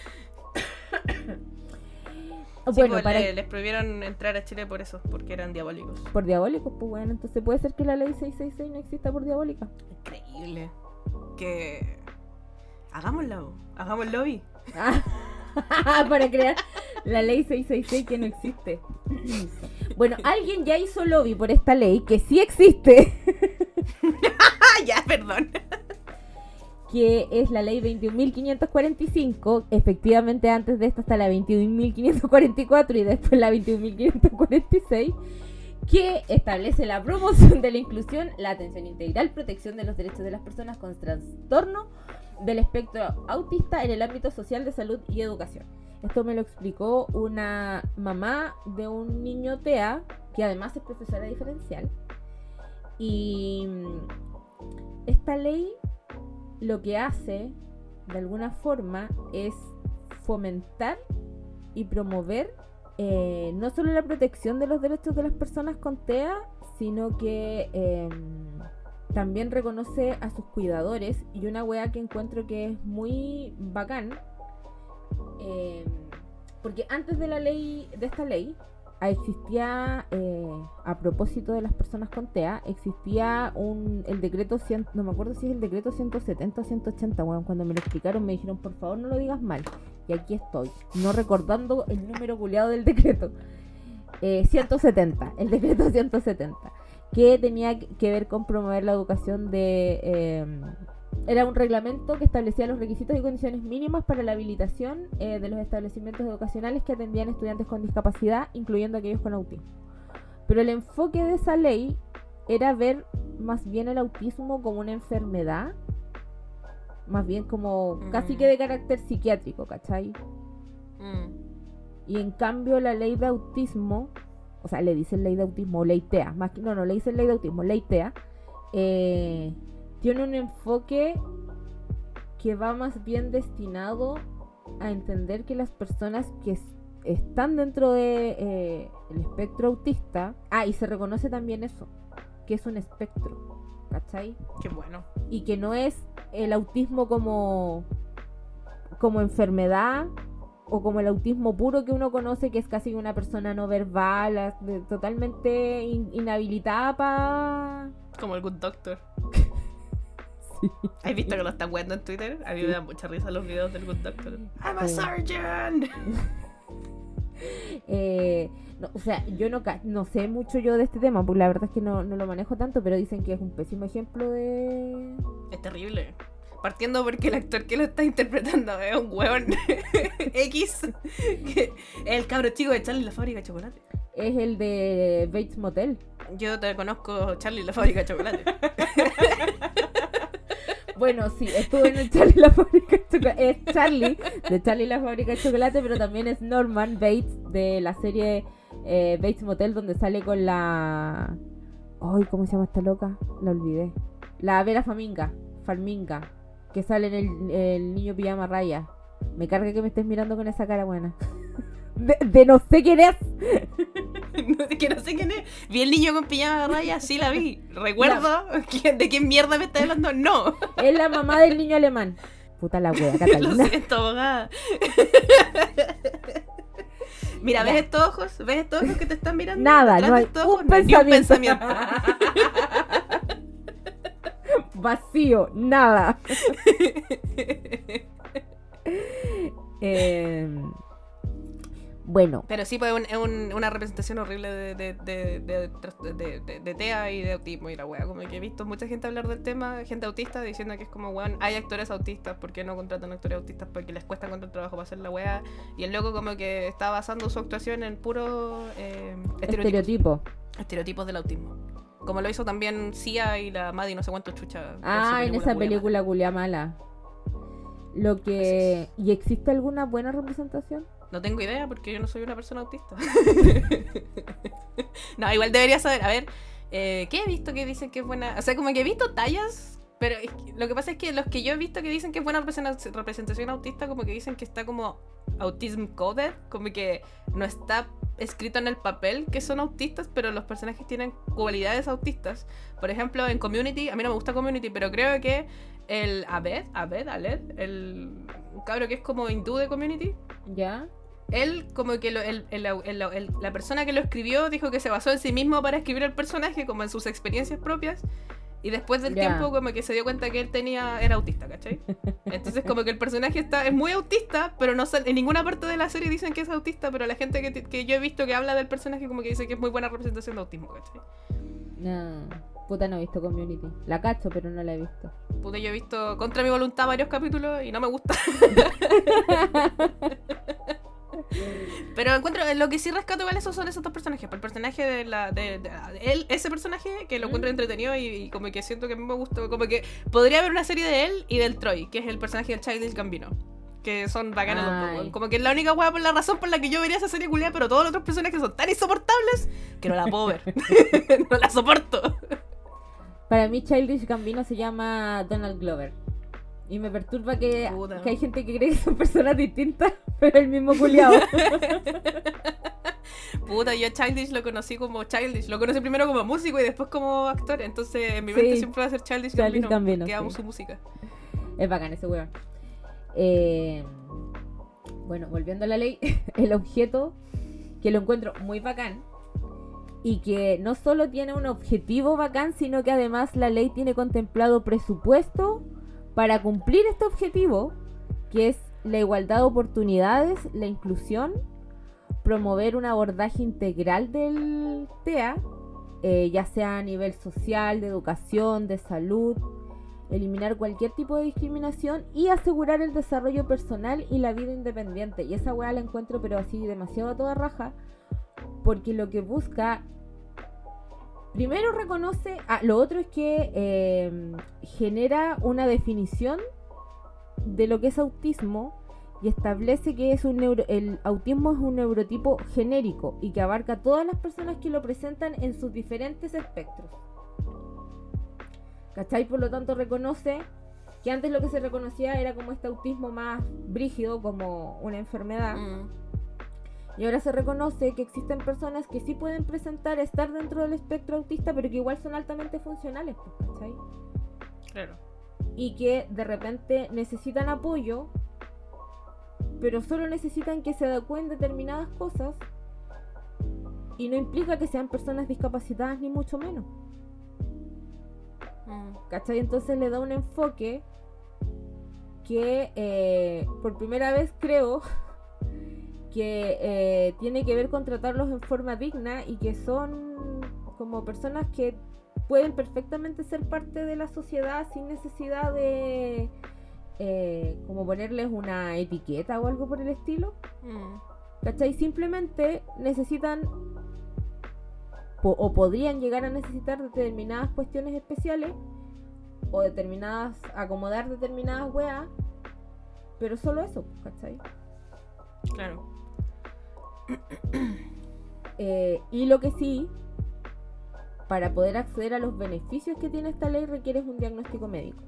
Sí, Bueno, pues, para les prohibieron entrar a Chile por eso, porque eran diabólicos. por diabólicos, pues bueno, entonces puede ser que la ley 666 no exista por diabólica. Increíble. Que... Hagámoslo. Hagamos lobby. Para crear la ley 666 que no existe. Bueno, alguien ya hizo lobby por esta ley que sí existe, Ah, ya, perdón. que es la ley 21.545. Efectivamente, antes de esta está la 21.544 y después la 21.546, que establece la promoción de la inclusión, la atención integral, protección de los derechos de las personas con trastorno del espectro autista en el ámbito social, de salud y educación. Esto me lo explicó una mamá de un niño TEA, que además es profesora diferencial. Y esta ley lo que hace, de alguna forma, es fomentar y promover no solo la protección de los derechos de las personas con TEA, sino que también reconoce a sus cuidadores. Y una wea que encuentro que es muy bacán, porque antes de esta ley existía, a propósito de las personas con TEA, existía el decreto 100, no me acuerdo si es el decreto 170 o 180, bueno, cuando me lo explicaron me dijeron, por favor no lo digas mal, y aquí estoy, no recordando el número culiado del decreto. 170, el decreto 170, que tenía que ver con promover la educación era un reglamento que establecía los requisitos y condiciones mínimas para la habilitación de los establecimientos educacionales que atendían estudiantes con discapacidad, incluyendo aquellos con autismo. Pero el enfoque de esa ley era ver más bien el autismo como una enfermedad, más bien como casi que de carácter psiquiátrico, ¿cachai? Y en cambio la ley de autismo, o sea, le dicen ley de autismo o ley TEA, no le dicen ley de autismo, ley TEA, tiene un enfoque que va más bien destinado a entender que las personas que están dentro de el espectro autista, y se reconoce también eso, que es un espectro, ¿cachai? Qué bueno. Y que no es el autismo como enfermedad, o como el autismo puro que uno conoce, que es casi una persona no verbal, totalmente inhabilitada para... Como el Good Doctor. Sí. ¿Has visto que lo están viendo en Twitter? A mí me da mucha risa los videos del Good Doctor. I'm a surgeon. No, o sea, yo no sé mucho yo de este tema, porque la verdad es que no lo manejo tanto, pero dicen que es un pésimo ejemplo de... Es terrible. Partiendo porque el actor que lo está interpretando es un huevón X, que es el cabro chico de Charlie y la fábrica de chocolate. Es el de Bates Motel. Yo te conozco, Charlie y la fábrica de chocolate. Bueno, sí, estuvo en el Charlie y la fábrica de chocolate. Es Charlie de Charlie y la fábrica de chocolate, pero también es Norman Bates de la serie Bates Motel, donde sale con la Ay, ¿cómo se llama esta loca? La olvidé. La Vera Farminga, que sale en el niño pijama raya. Me carga que me estés mirando con esa cara buena. De no sé quién es. Que no sé quién es. Vi el niño con pijama de raya, sí la vi. ¿Recuerdo de qué mierda me está hablando? No. Es la mamá del niño alemán. Puta la wea, Catalina. Lo siento, abogada. Mira, ¿ves estos ojos? ¿Ves estos ojos que te están mirando? Nada, no hay un pensamiento. Vacío, nada. Bueno. Pero sí, pues es una representación horrible de TEA y de autismo y la wea. Como que he visto mucha gente hablar del tema, gente autista, diciendo que es como, weón, hay actores autistas, ¿por qué no contratan actores autistas? Porque les cuesta encontrar trabajo para hacer la wea. Y el loco como que está basando su actuación en puro estereotipos del autismo. Como lo hizo también Sia y la Maddie, no sé cuánto chucha. En esa película culia mala. Lo que... ¿Y existe alguna buena representación? No tengo idea porque yo no soy una persona autista. No, igual debería saber. A ver, ¿qué he visto que dicen que es buena? O sea, como que he visto tallas, pero lo que pasa es que los que yo he visto que dicen que es buena representación autista, como que dicen que está como autism coded, como que no está escrito en el papel que son autistas, pero los personajes tienen cualidades autistas. Por ejemplo, en Community, a mí no me gusta Community, pero creo que el Aled, el cabro que es como hindú de Community, ¿ya? Él, como que la persona que lo escribió dijo que se basó en sí mismo para escribir el personaje, como en sus experiencias propias, y después del tiempo como que se dio cuenta que él era autista, ¿cachai? Entonces como que el personaje es muy autista, pero no en ninguna parte de la serie dicen que es autista, pero la gente que yo he visto que habla del personaje como que dice que es muy buena representación de autismo, ¿cachai? No, puta, no he visto Community. La cacho, pero no la he visto. Puta, yo he visto contra mi voluntad varios capítulos y no me gusta. Pero encuentro, lo que sí rescato igual esos son esos dos personajes. El personaje de él, ese personaje que lo encuentro entretenido y como que siento que a mí me gusta, como que podría haber una serie de él y del Troy, que es el personaje del Childish Gambino, que son bacanas los dos. Como que es la única hueá por la razón por la que yo vería esa serie culiada, pero todos los otros personajes son tan insoportables que no la puedo ver. No la soporto. Para mí Childish Gambino se llama Donald Glover. Y me perturba que hay gente que cree que son personas distintas, pero el mismo culiao. Puta, yo a Childish lo conocí como Childish. Lo conocí primero como músico y después como actor. Entonces en mi mente siempre va a ser Childish Gambino, que amo su música. Es bacán ese weón. Bueno, volviendo a la ley, el objeto que lo encuentro muy bacán y que no solo tiene un objetivo bacán, sino que además la ley tiene contemplado presupuesto para cumplir este objetivo, que es la igualdad de oportunidades, la inclusión, promover un abordaje integral del TEA, ya sea a nivel social, de educación, de salud, eliminar cualquier tipo de discriminación y asegurar el desarrollo personal y la vida independiente. Y esa weá la encuentro pero así demasiado a toda raja, porque lo que busca... Primero reconoce... lo otro es que genera una definición de lo que es autismo y establece que el autismo es un neurotipo genérico y que abarca a todas las personas que lo presentan en sus diferentes espectros. ¿Cachai? Por lo tanto reconoce que antes lo que se reconocía era como este autismo más brígido, como una enfermedad. Y ahora se reconoce que existen personas que sí pueden estar dentro del espectro autista, pero que igual son altamente funcionales, ¿cachai? Claro. Y que de repente necesitan apoyo, pero solo necesitan que se adecúen determinadas cosas, y no implica que sean personas discapacitadas ni mucho menos. ¿Cachai? Entonces le da un enfoque que por primera vez creo que tiene que ver con tratarlos en forma digna y que son como personas que pueden perfectamente ser parte de la sociedad sin necesidad de como ponerles una etiqueta o algo por el estilo. ¿Cachai? Simplemente necesitan o podrían llegar a necesitar determinadas cuestiones especiales o acomodar determinadas weas, pero solo eso, ¿cachai? Claro. Y lo que sí para poder acceder a los beneficios que tiene esta ley requieres un diagnóstico médico.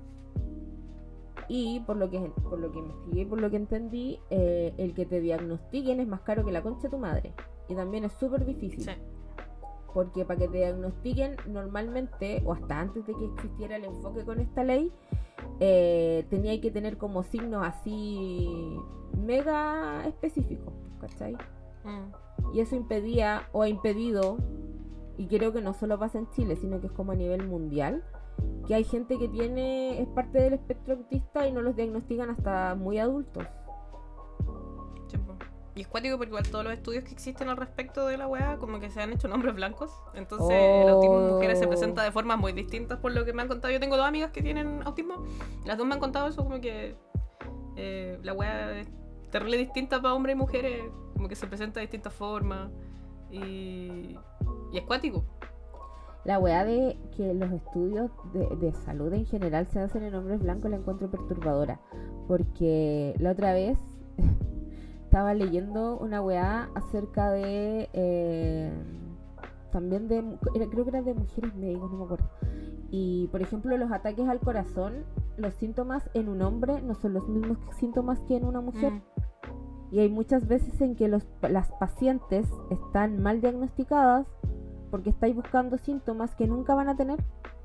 Y por lo que investigué y por lo que entendí, el que te diagnostiquen es más caro que la concha de tu madre. Y también es súper difícil. Sí. Porque para que te diagnostiquen normalmente, o hasta antes de que existiera el enfoque con esta ley, tenía que tener como signos así mega específicos, ¿cachai? Y eso impedía o ha impedido, y creo que no solo pasa en Chile, sino que es como a nivel mundial, que hay gente que es parte del espectro autista y no los diagnostican hasta muy adultos. Sí, po. Y es cuático porque igual todos los estudios que existen al respecto de la weá como que se han hecho en hombres blancos. Entonces el autismo en mujeres se presenta de formas muy distintas por lo que me han contado. Yo tengo 2 amigas que tienen autismo. Las 2 me han contado eso, como que la weá es terrible distinta para hombres y mujeres. Como que se presenta de distintas formas. Y es cuático. La weá de que los estudios de salud en general se hacen en hombres blancos la encuentro perturbadora. Porque la otra vez estaba leyendo una weá acerca de también creo que era de mujeres médicos, no me acuerdo. Y por ejemplo los ataques al corazón, los síntomas en un hombre no son los mismos síntomas que en una mujer. Y hay muchas veces en que las pacientes están mal diagnosticadas porque estáis buscando síntomas que nunca van a tener.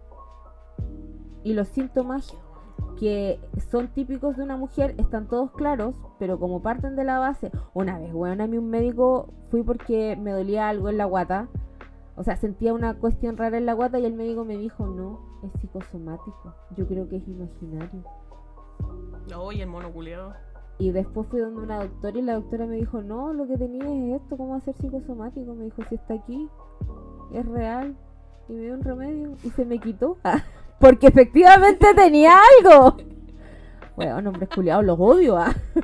Y los síntomas que son típicos de una mujer están todos claros, pero como parten de la base. Una vez, bueno, a mí un médico fui porque me dolía algo en la guata. O sea, sentía una cuestión rara en la guata y el médico me dijo, no, es psicosomático. Yo creo que es imaginario. Y el mono culiado. Y después fui donde una doctora y la doctora me dijo, no, lo que tenía es esto, ¿cómo va a ser psicosomático? Me dijo, si está aquí, es real. Y me dio un remedio y se me quitó. Porque efectivamente tenía algo. Bueno, hombres culiados, los odio.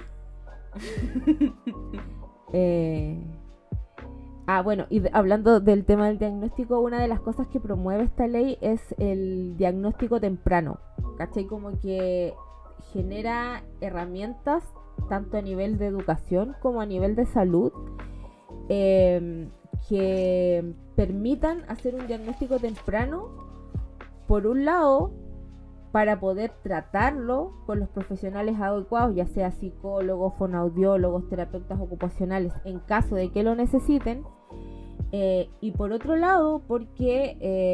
Bueno, y hablando del tema del diagnóstico, una de las cosas que promueve esta ley es el diagnóstico temprano. ¿Cachai? Como que genera herramientas tanto a nivel de educación como a nivel de salud que permitan hacer un diagnóstico temprano, por un lado, para poder tratarlo con los profesionales adecuados, ya sea psicólogos, fonoaudiólogos, terapeutas ocupacionales, en caso de que lo necesiten, y por otro lado, porque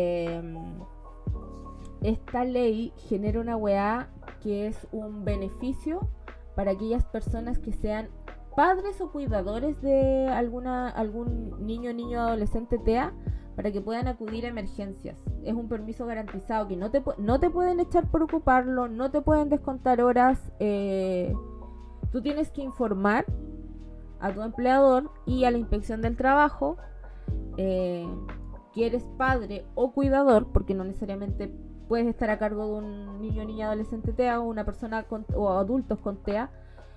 esta ley genera una weá que es un beneficio para aquellas personas que sean padres o cuidadores de algún niño o adolescente TEA, para que puedan acudir a emergencias. Es un permiso garantizado que no te pueden echar por ocuparlo, no te pueden descontar horas. Tú tienes que informar a tu empleador y a la inspección del trabajo que eres padre o cuidador, porque no necesariamente puedes estar a cargo de un niño o niña adolescente TEA o una persona o adultos con TEA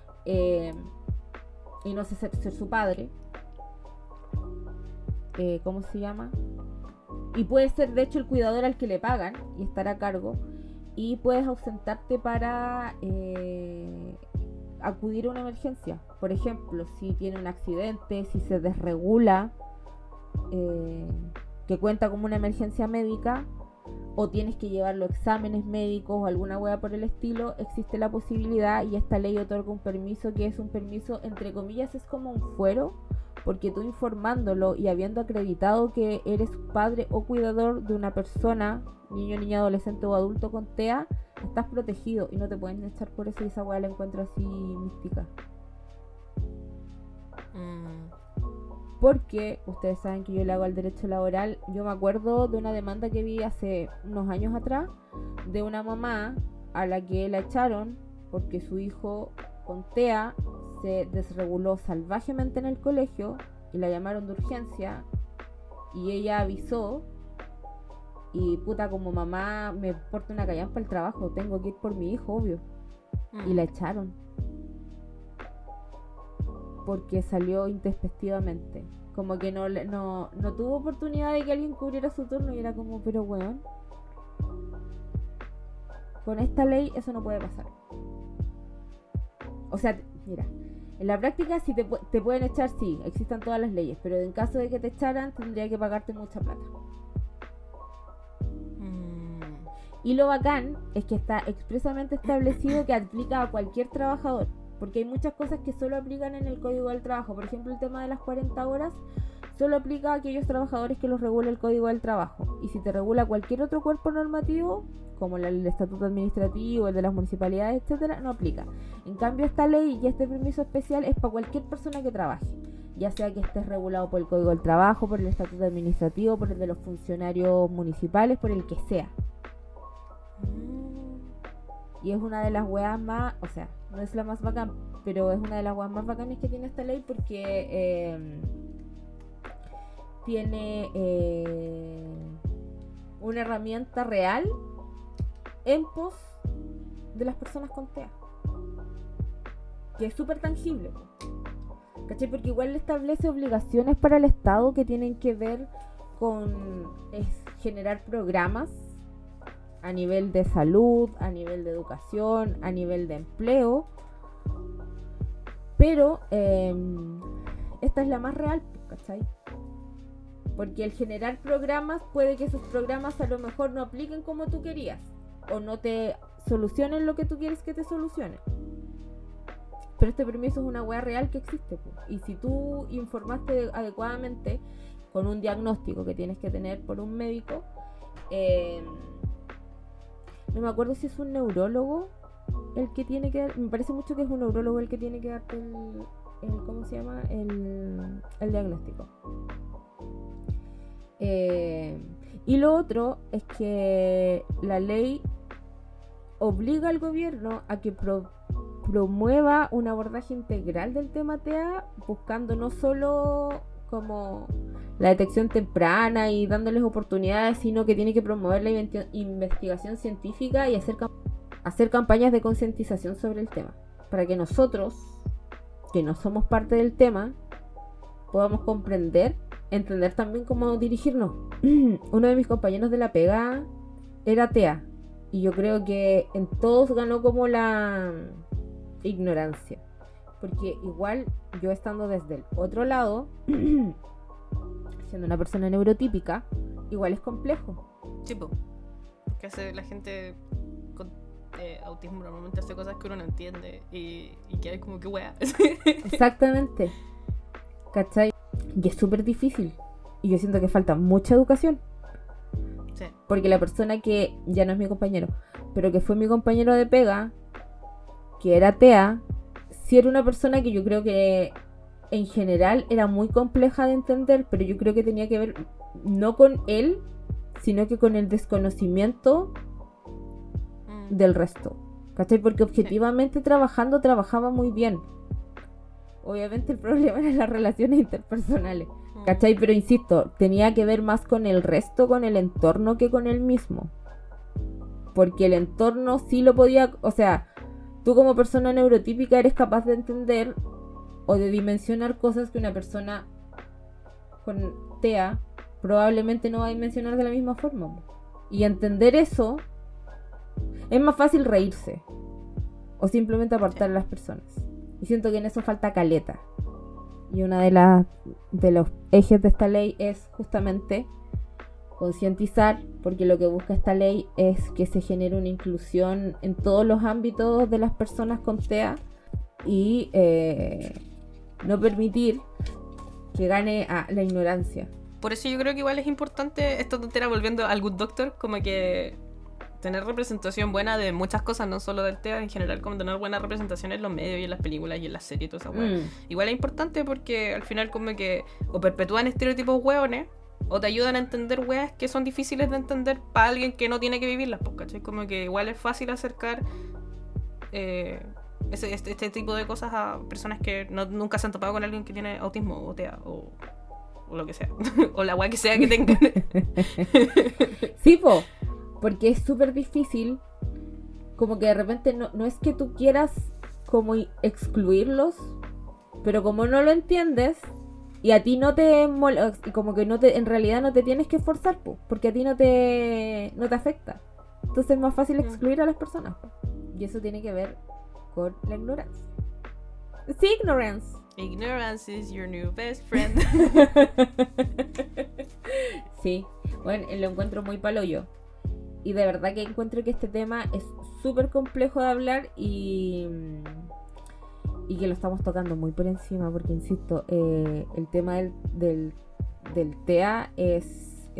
y no sé ser su padre. ¿Cómo se llama? Y puede ser de hecho el cuidador al que le pagan y estar a cargo, y puedes ausentarte para acudir a una emergencia. Por ejemplo, si tiene un accidente, si se desregula, que cuenta como una emergencia médica, o tienes que llevarlo a exámenes médicos o alguna hueá por el estilo, existe la posibilidad, y esta ley otorga un permiso que es un permiso, entre comillas, es como un fuero, porque tú informándolo y habiendo acreditado que eres padre o cuidador de una persona, niño, niña, adolescente o adulto con TEA, estás protegido y no te pueden echar por eso, y esa hueá la encuentro así mística. Porque ustedes saben que yo le hago al derecho laboral. Yo me acuerdo de una demanda que vi hace unos años atrás de una mamá a la que la echaron porque su hijo con TEA se desreguló salvajemente en el colegio y la llamaron de urgencia y ella avisó, y puta, como mamá me porto una callampa para el trabajo, tengo que ir por mi hijo, obvio. Y la echaron porque salió intempestivamente, como que no tuvo oportunidad de que alguien cubriera su turno, y era como, pero weón, con esta ley eso no puede pasar. O sea, mira, en la práctica sí te pueden echar, sí, existan todas las leyes, pero en caso de que te echaran tendría que pagarte mucha plata. Y lo bacán es que está expresamente establecido que aplica a cualquier trabajador, porque hay muchas cosas que solo aplican en el Código del Trabajo. Por ejemplo, el tema de las 40 horas solo aplica a aquellos trabajadores que los regula el Código del Trabajo. Y si te regula cualquier otro cuerpo normativo, como el Estatuto Administrativo, el de las municipalidades, etcétera, no aplica. En cambio, esta ley y este permiso especial es para cualquier persona que trabaje, ya sea que estés regulado por el Código del Trabajo, por el Estatuto Administrativo, por el de los funcionarios municipales, por el que sea. Y es una de las weas más, o sea, no es la más bacán, pero es una de las weas más bacanas que tiene esta ley, porque tiene una herramienta real en pos de las personas con TEA, que es súper tangible, ¿cachai? Porque igual le establece obligaciones para el Estado que tienen que ver con generar programas a nivel de salud, a nivel de educación, a nivel de empleo, pero esta es la más real, ¿cachai? Porque el generar programas, puede que esos programas a lo mejor no apliquen como tú querías, o no te solucionen lo que tú quieres que te solucionen. Pero este permiso es una wea real que existe, pues. Y si tú informaste adecuadamente con un diagnóstico que tienes que tener por un médico, no me acuerdo si es un neurólogo el que tiene que dar, me parece mucho que es un neurólogo el que tiene que darte el ¿cómo se llama? El diagnóstico. Y lo otro es que la ley obliga al gobierno a que promueva un abordaje integral del tema TEA, buscando no solo como la detección temprana y dándoles oportunidades, sino que tiene que promover la investigación científica y hacer campañas de concientización sobre el tema, para que nosotros, que no somos parte del tema, podamos entender también cómo dirigirnos. Uno de mis compañeros de la pega era TEA, y yo creo que en todos ganó como la ignorancia, porque igual yo, estando desde el otro lado, siendo una persona neurotípica, igual es complejo. Sí, porque hace la gente con autismo normalmente hace cosas que uno no entiende y que hay como que wea. Exactamente, ¿cachai? Y es súper difícil, y yo siento que falta mucha educación. Sí. Porque la persona que ya no es mi compañero, pero que fue mi compañero de pega, que era TEA, sí era una persona que yo creo que en general era muy compleja de entender, pero yo creo que tenía que ver no con él, sino que con el desconocimiento del resto, ¿cachai? Porque objetivamente trabajaba muy bien. Obviamente el problema eran las relaciones interpersonales, ¿cachai? Pero insisto, tenía que ver más con el resto, con el entorno, que con él mismo. Porque el entorno sí lo podía, o sea, tú como persona neurotípica eres capaz de entender o de dimensionar cosas que una persona con TEA probablemente no va a dimensionar de la misma forma. Y entender eso, es más fácil reírse o simplemente apartar a las personas. Y siento que en eso falta caleta. Y una de los ejes de esta ley es justamente concientizar, porque lo que busca esta ley es que se genere una inclusión en todos los ámbitos de las personas con TEA y no permitir que gane a la ignorancia. Por eso yo creo que igual es importante, esta tontera volviendo al Good Doctor, como que tener representación buena de muchas cosas, no solo del TEA, en general, como tener buena representación en los medios y en las películas y en las series y toda esa hueá. Igual es importante porque al final como que o perpetúan estereotipos hueones o te ayudan a entender weas que son difíciles de entender para alguien que no tiene que vivirlas, ¿cachai? Como que igual es fácil acercar este tipo de cosas a personas que nunca se han topado con alguien que tiene autismo o TEA o lo que sea, o la wea que sea que tengan. Sí, porque es súper difícil, como que de repente no es que tú quieras como excluirlos, pero como no lo entiendes y a ti no te como que en realidad no te tienes que esforzar, porque a ti no te afecta, entonces es más fácil excluir a las personas, y eso tiene que ver con la ignorancia. Sí, ignorance is your new best friend. Sí, bueno, lo encuentro muy palo yo. Y de verdad que encuentro que este tema es súper complejo de hablar y que lo estamos tocando muy por encima, porque insisto, el tema del TEA es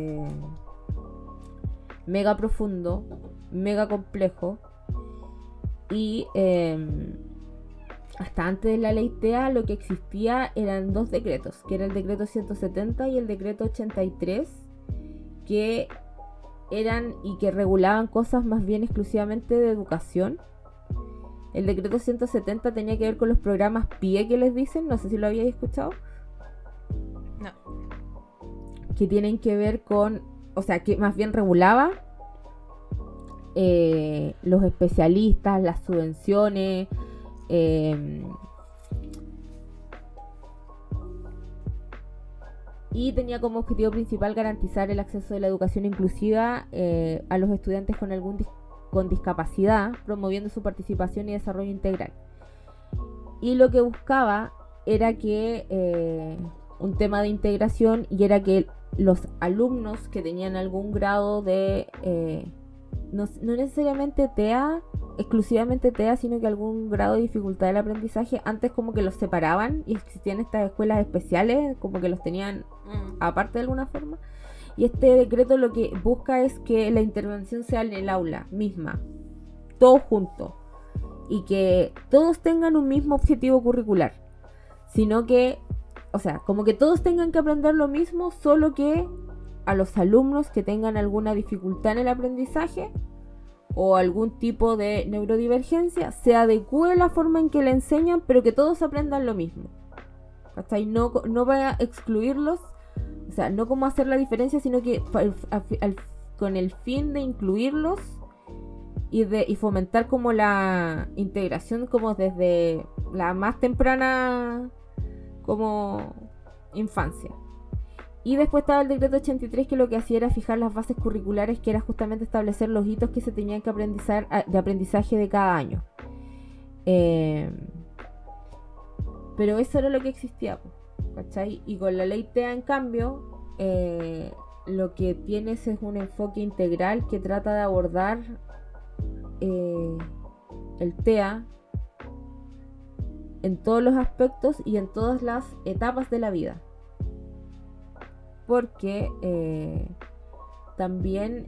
mega profundo, mega complejo, y hasta antes de la ley TEA lo que existía eran dos decretos, que era el decreto 170 y el decreto 83, que eran y que regulaban cosas más bien exclusivamente de educación. El decreto 170 tenía que ver con los programas PIE que les dicen, no sé si lo habíais escuchado. No. Que tienen que ver con, o sea, que más bien regulaba los especialistas, las subvenciones, y tenía como objetivo principal garantizar el acceso de la educación inclusiva a los estudiantes con discapacidad, promoviendo su participación y desarrollo integral. Y lo que buscaba era que un tema de integración, y era que los alumnos que tenían algún grado de no necesariamente TEA, exclusivamente TEA, sino que algún grado de dificultad del aprendizaje, antes como que los separaban y existían estas escuelas especiales, como que los tenían aparte de alguna forma. Y este decreto lo que busca es que la intervención sea en el aula misma, todos juntos, y que todos tengan un mismo objetivo curricular, sino que, o sea, como que todos tengan que aprender lo mismo, solo que a los alumnos que tengan alguna dificultad en el aprendizaje o algún tipo de neurodivergencia, se adecue la forma en que le enseñan, pero que todos aprendan lo mismo. Hasta ahí no va a excluirlos, o sea, no como hacer la diferencia, sino que con el fin de incluirlos y fomentar como la integración como desde la más temprana como infancia. Y después estaba el decreto 83, que lo que hacía era fijar las bases curriculares, que era justamente establecer los hitos que se tenían que de aprendizaje de cada año. Pero eso era lo que existía, ¿cachai? Y con la ley TEA, en cambio, lo que tienes es un enfoque integral que trata de abordar el TEA en todos los aspectos y en todas las etapas de la vida. Porque también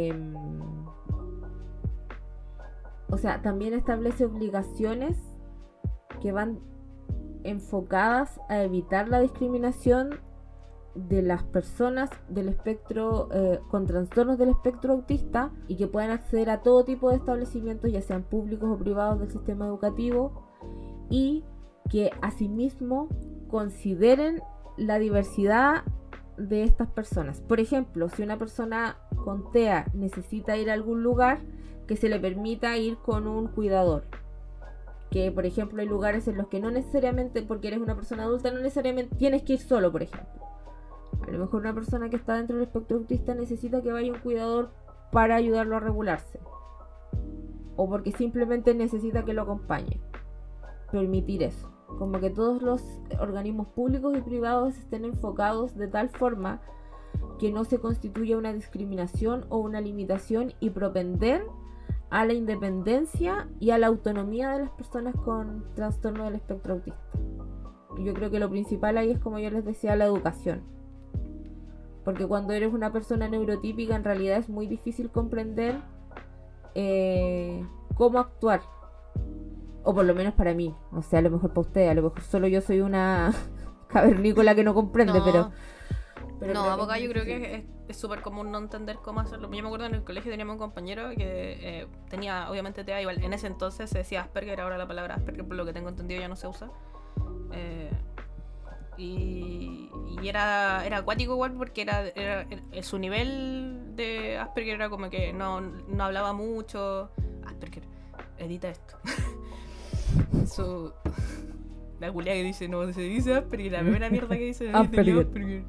también establece obligaciones que van enfocadas a evitar la discriminación de las personas del espectro con trastornos del espectro autista, y que puedan acceder a todo tipo de establecimientos, ya sean públicos o privados, del sistema educativo, y que asimismo consideren la diversidad de estas personas. Por ejemplo, si una persona con TEA necesita ir a algún lugar, que se le permita ir con un cuidador. Que, por ejemplo, hay lugares en los que no necesariamente, porque eres una persona adulta, no necesariamente tienes que ir solo, por ejemplo. A lo mejor una persona que está dentro del espectro autista necesita que vaya un cuidador para ayudarlo a regularse, o porque simplemente necesita que lo acompañe. Permitir eso, como que todos los organismos públicos y privados estén enfocados de tal forma que no se constituya una discriminación o una limitación, y propender a la independencia y a la autonomía de las personas con trastorno del espectro autista. Yo creo que lo principal ahí es, como yo les decía, la educación. Porque cuando eres una persona neurotípica, en realidad es muy difícil comprender cómo actuar. O por lo menos para mí. O sea, a lo mejor para usted, a lo mejor solo yo soy una cavernícola que no comprende, pero no, abogado, yo creo que es súper común no entender cómo hacerlo. Yo me acuerdo en el colegio teníamos un compañero que tenía, obviamente, TEA, igual en ese entonces se decía Asperger, ahora la palabra Asperger, por lo que tengo entendido, ya no se usa. Y era acuático igual, porque era su nivel de Asperger era como que no hablaba mucho. Asperger, edita esto. La culia que dice, no se dice Asperger, la primera mierda que dice Asperger.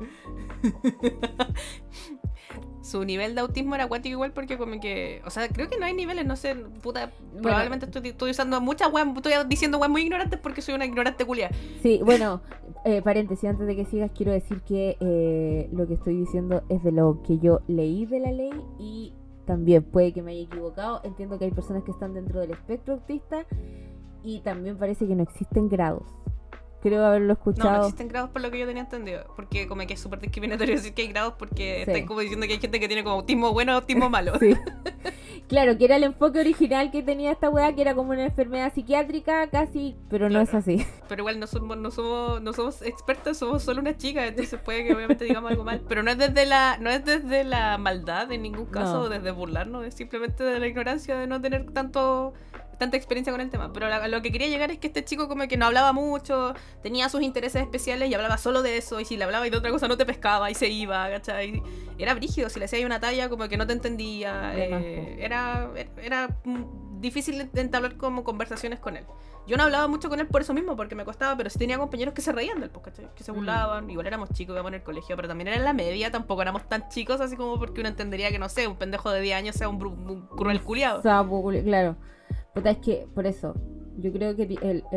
Su nivel de autismo era acuático igual, porque como que, o sea, creo que no hay niveles, no sé, puta, probablemente estoy usando muchas weas, estoy diciendo weas muy ignorantes porque soy una ignorante culia. Sí, bueno, paréntesis, antes de que sigas, quiero decir que lo que estoy diciendo es de lo que yo leí de la ley, y también puede que me haya equivocado. Entiendo que hay personas que están dentro del espectro autista y también parece que no existen grados. Creo haberlo escuchado. No existen grados por lo que yo tenía entendido. Porque como que es súper discriminatorio decir que hay grados porque están como diciendo que hay gente que tiene como autismo bueno o autismo malo. Sí. Claro, que era el enfoque original que tenía esta weá, que era como una enfermedad psiquiátrica casi, pero no es así. Pero igual no somos expertos, somos solo unas chicas, entonces puede que obviamente digamos algo mal. Pero no es desde la maldad en ningún caso, desde burlarnos, es simplemente de la ignorancia de no tener tanta experiencia con el tema. Pero lo que quería llegar es que este chico como que no hablaba mucho, tenía sus intereses especiales y hablaba solo de eso, y si le hablaba y de otra cosa no te pescaba y se iba, ¿cachai? Era brígido, si le hacía una talla como que no te entendía, era difícil entablar como conversaciones con él. Yo no hablaba mucho con él por eso mismo, porque me costaba, pero sí tenía compañeros que se reían del podcast, ¿cachai? Que se burlaban, igual éramos chicos, íbamos en el colegio, pero también era en la media, tampoco éramos tan chicos así como porque uno entendería que, no sé, un pendejo de 10 años sea un cruel culiado. Claro. Puta, es que, por eso, yo creo que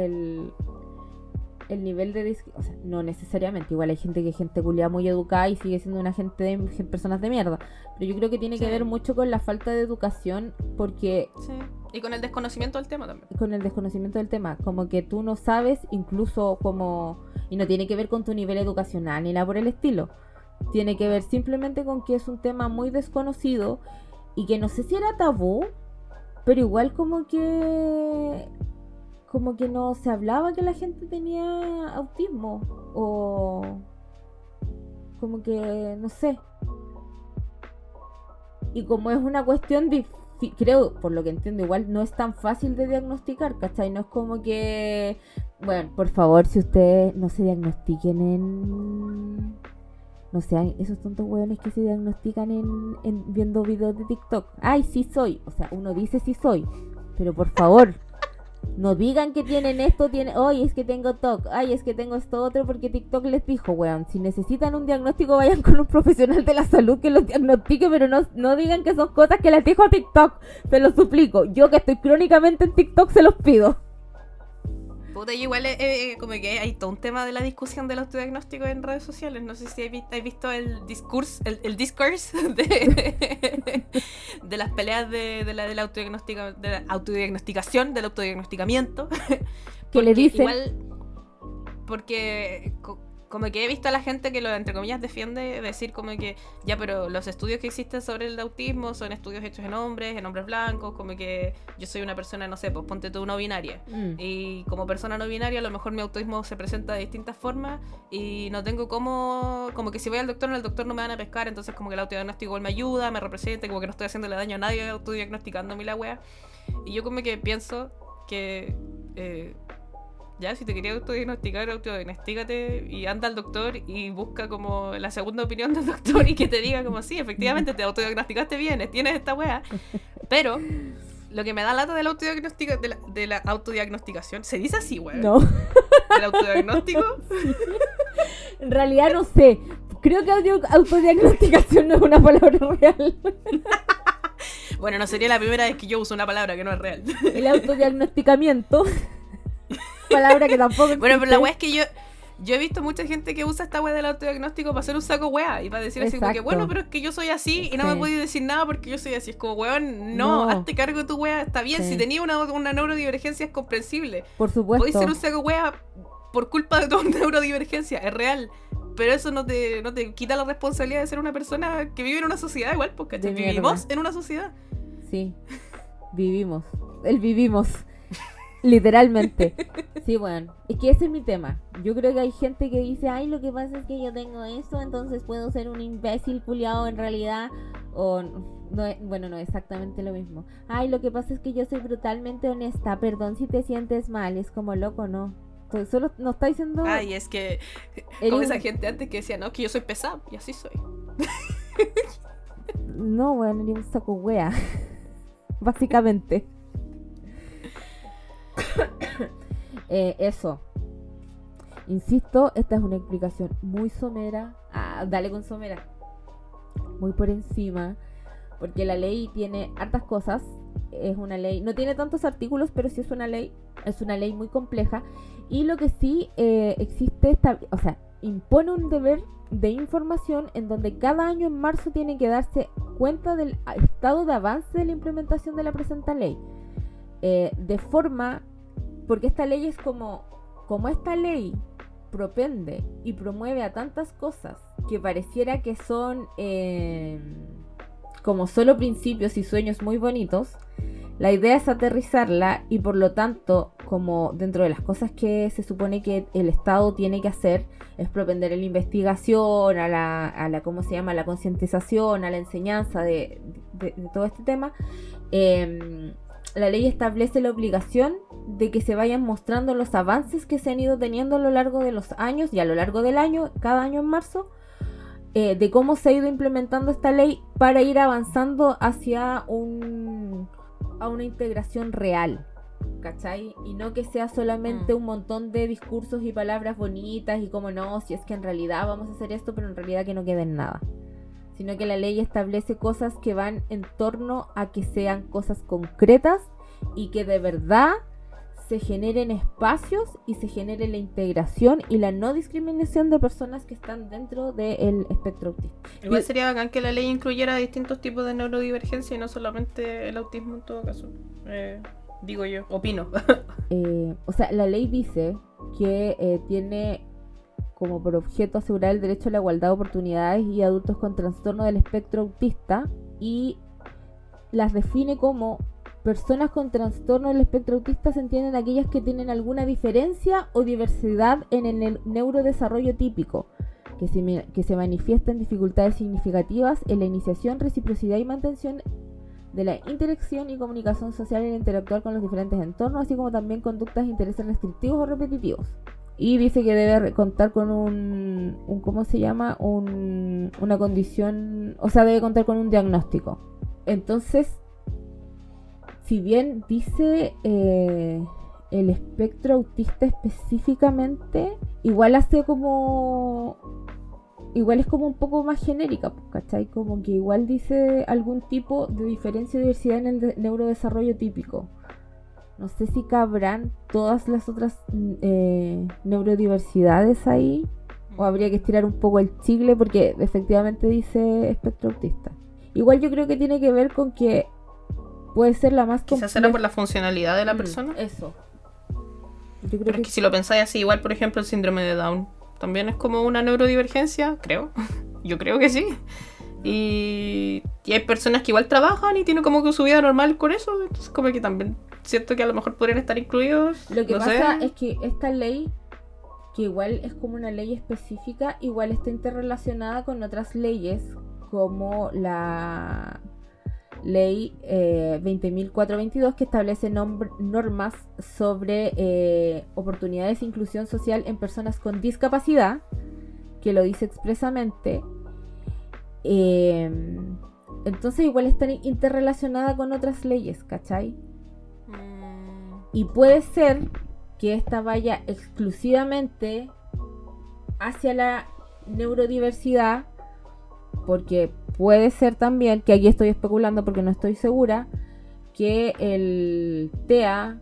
el nivel de... O sea, no necesariamente, igual hay gente que es gente culiada muy educada y sigue siendo una personas de mierda. Pero yo creo que tiene que ver mucho con la falta de educación, porque... Sí, y con el desconocimiento del tema también. Con el desconocimiento del tema, como que tú no sabes, incluso como... Y no tiene que ver con tu nivel educacional ni nada por el estilo. Tiene que ver simplemente con que es un tema muy desconocido y que no sé si era tabú, pero igual como que no se hablaba que la gente tenía autismo, o como que no sé. Y como es una cuestión creo, por lo que entiendo, igual no es tan fácil de diagnosticar, ¿cachai? No es como que... Bueno, por favor, si ustedes no se diagnostiquen en... No sean esos tontos hueones que se diagnostican en viendo videos de TikTok. Ay, sí soy. O sea, uno dice sí soy. Pero por favor, no digan que tienen esto, Ay, es que tengo TOC. Ay, es que tengo esto otro porque TikTok les dijo, weón. Si necesitan un diagnóstico, vayan con un profesional de la salud que los diagnostique, pero no digan que son cosas que les dijo TikTok. Se los suplico. Yo que estoy crónicamente en TikTok se los pido. Puta, y igual como que hay todo un tema de la discusión del autodiagnóstico en redes sociales. No sé si has visto el discourse de las peleas de la autodiagnosticación, del autodiagnosticamiento. ¿Qué le dicen? Igual, porque como que he visto a la gente que lo, entre comillas, defiende, decir como que ya, pero los estudios que existen sobre el autismo son estudios hechos en hombres blancos, como que yo soy una persona, no sé, pues ponte tú no binaria, y como persona no binaria a lo mejor mi autismo se presenta de distintas formas y no tengo como que si voy al doctor, en el doctor no me van a pescar, entonces como que el autodiagnóstico igual me ayuda, me representa, como que no estoy haciéndole daño a nadie autodiagnosticándome la wea. Y yo como que pienso que ya, si te querías autodiagnostícate y anda al doctor y busca como la segunda opinión del doctor y que te diga como sí, efectivamente te autodiagnosticaste bien, tienes esta wea. Pero lo que me da lata de la autodiagnosticación, ¿se dice así, wea? No. ¿Del autodiagnóstico? En realidad no sé. Creo que autodiagnosticación no es una palabra real. Bueno, no sería la primera vez que yo uso una palabra que no es real. El autodiagnosticamiento. Palabra que tampoco existe. Bueno, pero la wea es que yo he visto mucha gente que usa esta wea del autodiagnóstico para hacer un saco wea y para decir así como que bueno, pero es que yo soy así y no me puedes decir nada porque yo soy así. Es como, weón, no, hazte cargo de tu wea, está bien, si tenías una neurodivergencia es comprensible. Por supuesto. Puedes ser un saco wea por culpa de tu neurodivergencia, es real. Pero eso no te quita la responsabilidad de ser una persona que vive en una sociedad igual, porque vivimos en una sociedad. Sí, vivimos. Literalmente. Sí, bueno, es que ese es mi tema. Yo creo que hay gente que dice, ay, lo que pasa es que yo tengo esto, entonces puedo ser un imbécil culiado en realidad. O no, bueno, no exactamente lo mismo. Ay, lo que pasa es que yo soy brutalmente honesta, perdón si te sientes mal. Es como loco, ¿no? Entonces, solo nos está diciendo... Ay, es que como esa gente antes que decía, no, que yo soy pesado, y así soy. No, bueno, ni un saco wea. Básicamente. Eso. Insisto, esta es una explicación muy somera. Dale con somera. Muy por encima. Porque la ley tiene hartas cosas. Es una ley, no tiene tantos artículos, pero sí es una ley. Es una ley muy compleja. Y lo que sí existe, impone un deber de información en donde cada año en marzo tiene que darse cuenta del estado de avance de la implementación de la presente ley. De forma, porque esta ley es como esta ley propende y promueve a tantas cosas que pareciera que son como solo principios y sueños muy bonitos, la idea es aterrizarla y por lo tanto, como dentro de las cosas que se supone que el Estado tiene que hacer, es propender a la investigación, a la ¿cómo se llama?, a la concientización, a la enseñanza de todo este tema. La ley establece la obligación de que se vayan mostrando los avances que se han ido teniendo a lo largo de los años y a lo largo del año, cada año en marzo, de cómo se ha ido implementando esta ley para ir avanzando hacia una integración real, ¿cachai? Y no que sea solamente un montón de discursos y palabras bonitas y como no, si es que en realidad vamos a hacer esto, pero en realidad que no quede en nada. Sino que la ley establece cosas que van en torno a que sean cosas concretas y que de verdad se generen espacios y se genere la integración y la no discriminación de personas que están dentro del espectro autista. Igual sería bacán que la ley incluyera distintos tipos de neurodivergencia y no solamente el autismo en todo caso. Digo yo, opino. O sea, la ley dice que tiene como por objeto asegurar el derecho a la igualdad de oportunidades y adultos con trastorno del espectro autista y las define como personas con trastorno del espectro autista. Se entienden aquellas que tienen alguna diferencia o diversidad en el neurodesarrollo típico, que se manifiesta en dificultades significativas en la iniciación, reciprocidad y mantención de la interacción y comunicación social en interactuar con los diferentes entornos, así como también conductas e intereses restrictivos o repetitivos. Y dice que debe contar con un ¿cómo se llama? Una condición, o sea, debe contar con un diagnóstico. Entonces, si bien dice el espectro autista específicamente, igual es como un poco más genérica, ¿cachai? Como que igual dice algún tipo de diferencia o diversidad en el neurodesarrollo típico. No sé si cabrán todas las otras neurodiversidades ahí, o habría que estirar un poco el chicle porque efectivamente dice espectro autista. Igual yo creo que tiene que ver con que puede ser la más compleja. Quizás será por la funcionalidad de la persona. Eso. Yo creo Pero es que si lo pensáis así, igual por ejemplo el síndrome de Down también es como una neurodivergencia, creo. Yo creo que sí. Y hay personas que igual trabajan y tienen como que su vida normal con eso. Entonces como que también siento que a lo mejor podrían estar incluidos. Lo que pasa es que esta ley, que igual es como una ley específica, igual está interrelacionada con otras leyes, como la ley 20.422, que establece normas sobre oportunidades e inclusión social en personas con discapacidad, que lo dice expresamente. Entonces igual está interrelacionada con otras leyes, ¿cachai? Y puede ser que esta vaya exclusivamente hacia la neurodiversidad, porque puede ser también, que aquí estoy especulando porque no estoy segura, que el TEA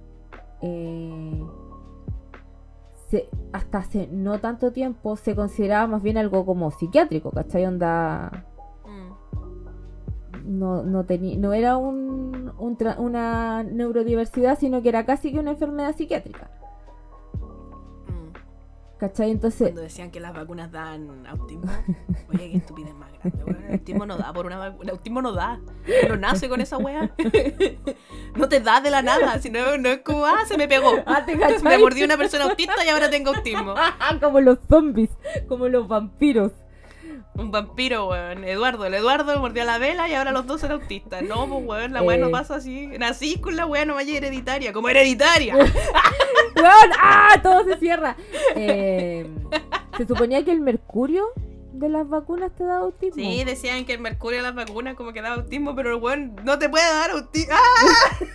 hasta hace no tanto tiempo se consideraba más bien algo como psiquiátrico, ¿cachai? Onda... No era una neurodiversidad, sino que era casi que una enfermedad psiquiátrica. ¿Cachai? Entonces, cuando decían que las vacunas dan autismo, oye, qué estupidez más grande, weón. El autismo no da por una vacuna. El autismo no da. No nace con esa weá. No te da de la nada. Si no es como, se me pegó. Me mordió una persona autista y ahora tengo autismo. Como los zombies, como los vampiros. Un vampiro, weón. El Eduardo mordió a la Vela y ahora los dos son autistas. No, pues, weón, la weá no pasa así. Nací con la weá, no vaya hereditaria. ¡Como hereditaria! ¡Weón! Todo se cierra. Se suponía que el mercurio de las vacunas te da autismo. Sí, decían que el mercurio de las vacunas como que daba autismo, pero el weón no te puede dar autismo. ¡Ah!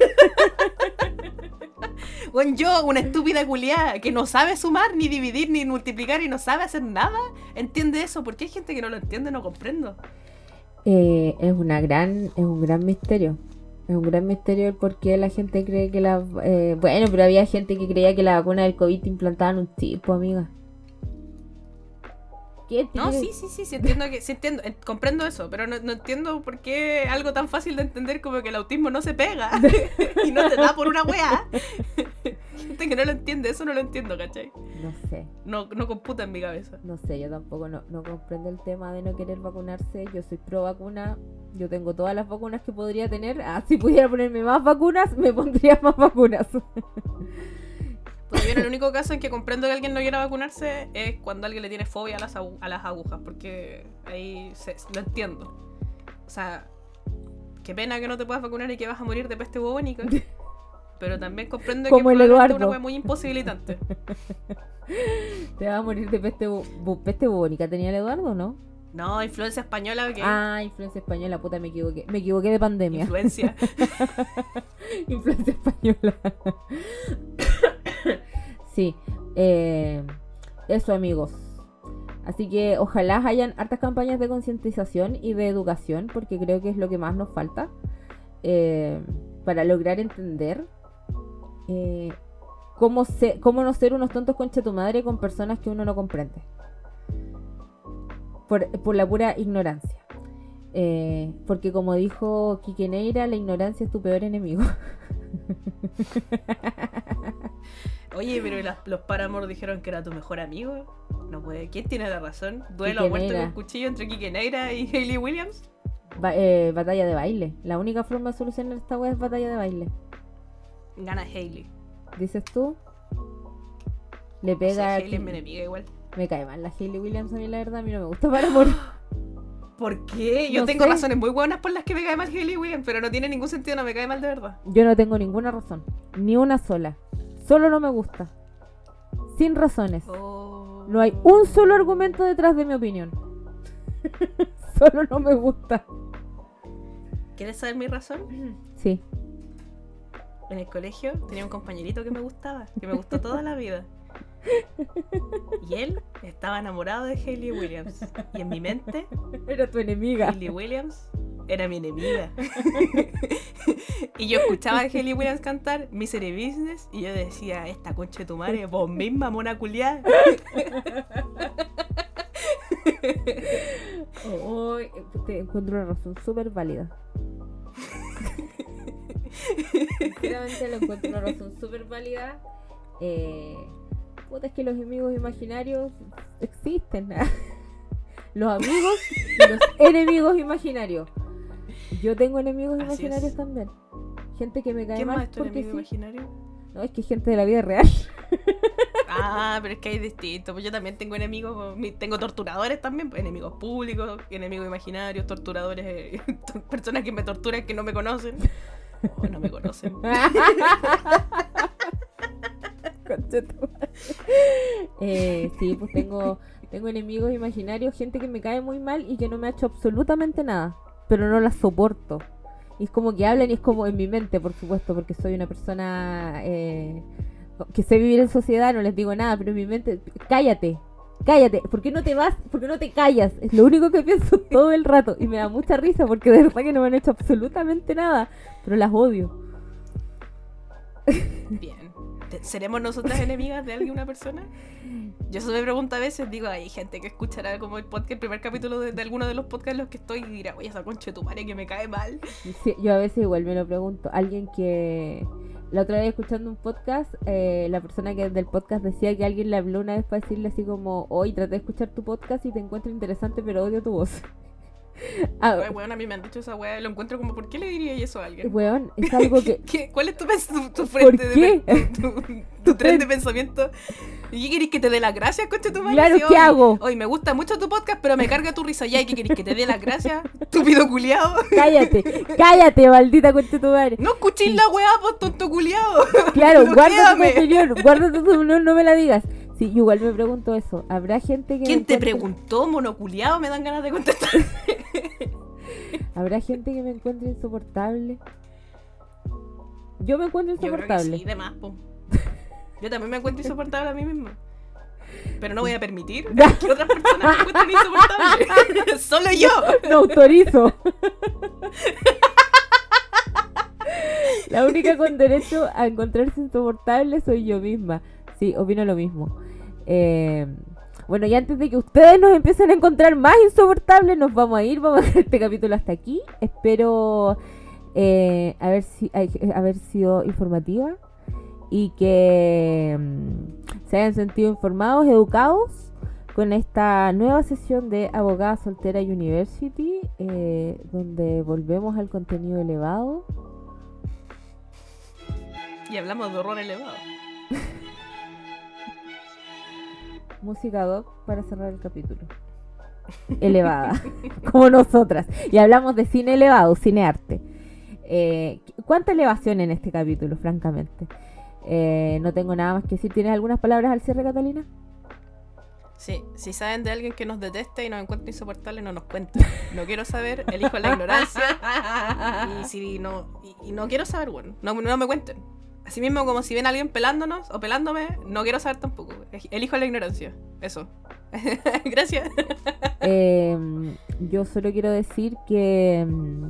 Bueno, yo, una estúpida culiada que no sabe sumar, ni dividir, ni multiplicar y no sabe hacer nada, entiende eso. ¿Por qué hay gente que no lo entiende? No comprendo. Es un gran misterio. Es un gran misterio el por qué la gente cree que bueno, pero había gente que creía que la vacuna del COVID te implantaban un chip, amiga. qué? No, sí, entiendo, comprendo eso, pero no entiendo por qué algo tan fácil de entender como que el autismo no se pega y no te da por una wea. Gente que no lo entiende, eso no lo entiendo, ¿cachai? No sé. No computa en mi cabeza. No sé, yo tampoco no comprendo el tema de no querer vacunarse. Yo soy pro vacuna. Yo tengo todas las vacunas que podría tener. Si pudiera ponerme más vacunas, me pondría más vacunas. Todavía el único caso en que comprendo que alguien no quiera vacunarse es cuando alguien le tiene fobia a las agujas, porque ahí lo entiendo. O sea, qué pena que no te puedas vacunar y que vas a morir de peste bubónica. Pero también comprendo como que el Eduardo. Es una wea muy imposibilitante. Te vas a morir de peste bubónica. ¿Tenía el Eduardo o no? No, influencia española. ¿Okay? Influencia española, puta, me equivoqué. Me equivoqué de pandemia. Influencia. Influencia española. Sí. Eso, amigos. Así que ojalá hayan hartas campañas de concientización y de educación, porque creo que es lo que más nos falta para lograr entender cómo no ser unos tontos concha tu madre con personas que uno no comprende por la pura ignorancia, porque como dijo Quique Neira, la ignorancia es tu peor enemigo. Oye, pero los Paramore dijeron que era tu mejor amigo. No puede. ¿Quién tiene la razón? ¿Duelo Quique a muerte Neira. con cuchillo entre Quique Neira y Hayley Williams? Batalla de baile. La única forma de solucionar esta wea es batalla de baile. Gana Hayley. ¿Dices tú? Le O pega sea, a Hayley es mi enemiga igual. Me cae mal la Hayley Williams, a mí la verdad, a mí no me gusta Paramore. ¿Por qué? Yo No tengo sé. razones muy buenas por las que me cae mal Hayley Williams, pero no tiene ningún sentido, no me cae mal de verdad. Yo no tengo ninguna razón, ni una sola. Solo no me gusta. Sin razones. Oh. No hay un solo argumento detrás de mi opinión. Solo no me gusta. ¿Quieres saber mi razón? Sí. En el colegio tenía un compañerito que me gustaba, que me gustó toda la vida. Y él estaba enamorado de Hayley Williams. Y en mi mente, Era tu enemiga. Hayley Williams era mi enemiga. Y yo escuchaba a Hayley Williams cantar Misery Business y yo decía, esta concha de tu madre, vos misma, mona culiada. Te encuentro una razón súper válida. Sinceramente lo encuentro una razón súper válida. Puta, es que los amigos imaginarios existen. Los amigos y los enemigos imaginarios. Yo tengo enemigos Así imaginarios es. también. Gente que me cae ¿Quién mal más es tu porque enemigo sí. imaginario? No, es que es gente de la vida real. Pero es que hay distintos. Pues yo también tengo enemigos, tengo torturadores también, pues, enemigos públicos, enemigos imaginarios, torturadores, personas que me torturan que no me conocen. O no me conocen. Sí, pues tengo enemigos imaginarios, gente que me cae muy mal y que no me ha hecho absolutamente nada, pero no la soporto. Y es como que hablan y es como en mi mente, por supuesto, porque soy una persona que sé vivir en sociedad, no les digo nada, pero en mi mente, cállate, ¿por qué no te vas? ¿Por qué no te callas? Es lo único que pienso todo el rato y me da mucha risa porque de verdad que no me han hecho absolutamente nada, pero las odio. Bien. ¿Seremos nosotras enemigas de alguna persona? Yo eso me pregunto a veces, digo, hay gente que escuchará como el podcast, el primer capítulo de alguno de los podcasts en los que estoy y dirá, oye, esa concha de tu madre que me cae mal. Sí, yo a veces igual me lo pregunto. Alguien que... La otra vez escuchando un podcast, la persona que del podcast decía que alguien le habló una vez para decirle así como, hoy traté de escuchar tu podcast y te encuentro interesante pero odio tu voz. Oye, weón, a mí me han dicho esa weá, lo encuentro como, ¿por qué le diría eso a alguien? Weón, es algo que... ¿Cuál es tu frente ¿Por qué? tu tren de pensamiento? ¿Y qué querés que te dé las gracias, concha tu madre? Claro, Sí, ¿qué hago? Hoy me gusta mucho tu podcast, pero me carga tu risa. ¿Ya? ¿Y qué querés que te dé las gracias? Estúpido culiao. Cállate, maldita concha tu madre. No escuchís la weá, pues, tonto culiao. Claro, guarda tu Bloquéame. opinión, guarda tu opinión, no me la digas. Sí, yo igual me pregunto eso. ¿Habrá gente que... ¿Quién me te encuentre- preguntó, monoculiao? Me dan ganas de contestar. ¿Habrá gente que me encuentre insoportable? Yo me encuentro Yo creo que insoportable. sí, de más, po. Yo también me encuentro insoportable a mí misma. Pero no voy a permitir que otras personas me encuentren insoportable. Solo yo. No autorizo. La única con derecho a encontrarse insoportable soy yo misma. Sí, opino lo mismo. Bueno, y antes de que ustedes nos empiecen a encontrar más insoportables, nos vamos a ir. Vamos a dejar este capítulo hasta aquí. Espero haber sido informativa y que se hayan sentido informados, educados con esta nueva sesión de Abogada Soltera University, donde volvemos al contenido elevado. Y hablamos de horror elevado. Música doc para cerrar el capítulo. Elevada, como nosotras. Y hablamos de cine elevado, cine arte. ¿Cuánta elevación en este capítulo, francamente? No tengo nada más que decir. ¿Tienes algunas palabras al cierre, Catalina? Sí, si saben de alguien que nos deteste y nos encuentra insoportable, no nos cuenten. No quiero saber, elijo la ignorancia. Y si no, y no quiero saber, bueno, no me cuenten. Así mismo como si ven a alguien pelándonos o pelándome, no quiero saber tampoco. Elijo la ignorancia. Eso. Gracias. Yo solo quiero decir que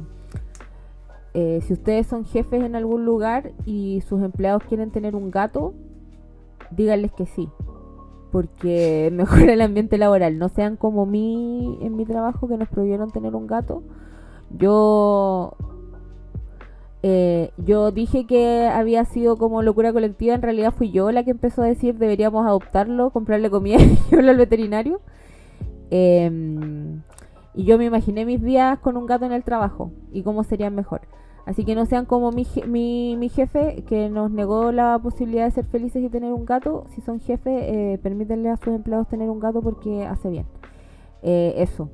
si ustedes son jefes en algún lugar y sus empleados quieren tener un gato, díganles que sí. Porque mejora el ambiente laboral. No sean como en mi trabajo, que nos prohibieron tener un gato. Yo dije que había sido como locura colectiva. En realidad fui yo la que empezó a decir deberíamos adoptarlo, comprarle comida y llevarlo al veterinario. Y yo me imaginé mis días con un gato en el trabajo y cómo serían mejor. Así que no sean como mi jefe, que nos negó la posibilidad de ser felices y tener un gato. Si son jefes, permítanle a sus empleados tener un gato porque hace bien. Eso.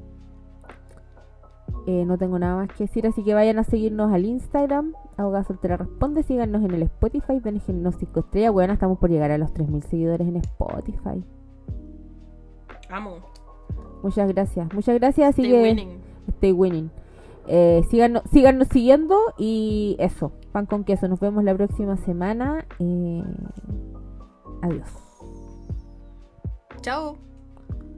No tengo nada más que decir, así que vayan a seguirnos al Instagram, Abogada Soltera Responde. Síganos en el Spotify, déjennos 5 estrellas. Bueno, estamos por llegar a los 3.000 seguidores en Spotify. Amo. Muchas gracias, así Stay que winning. Stay winning. Síganos siguiendo y eso, pan con queso. Nos vemos la próxima semana. Adiós. Chao.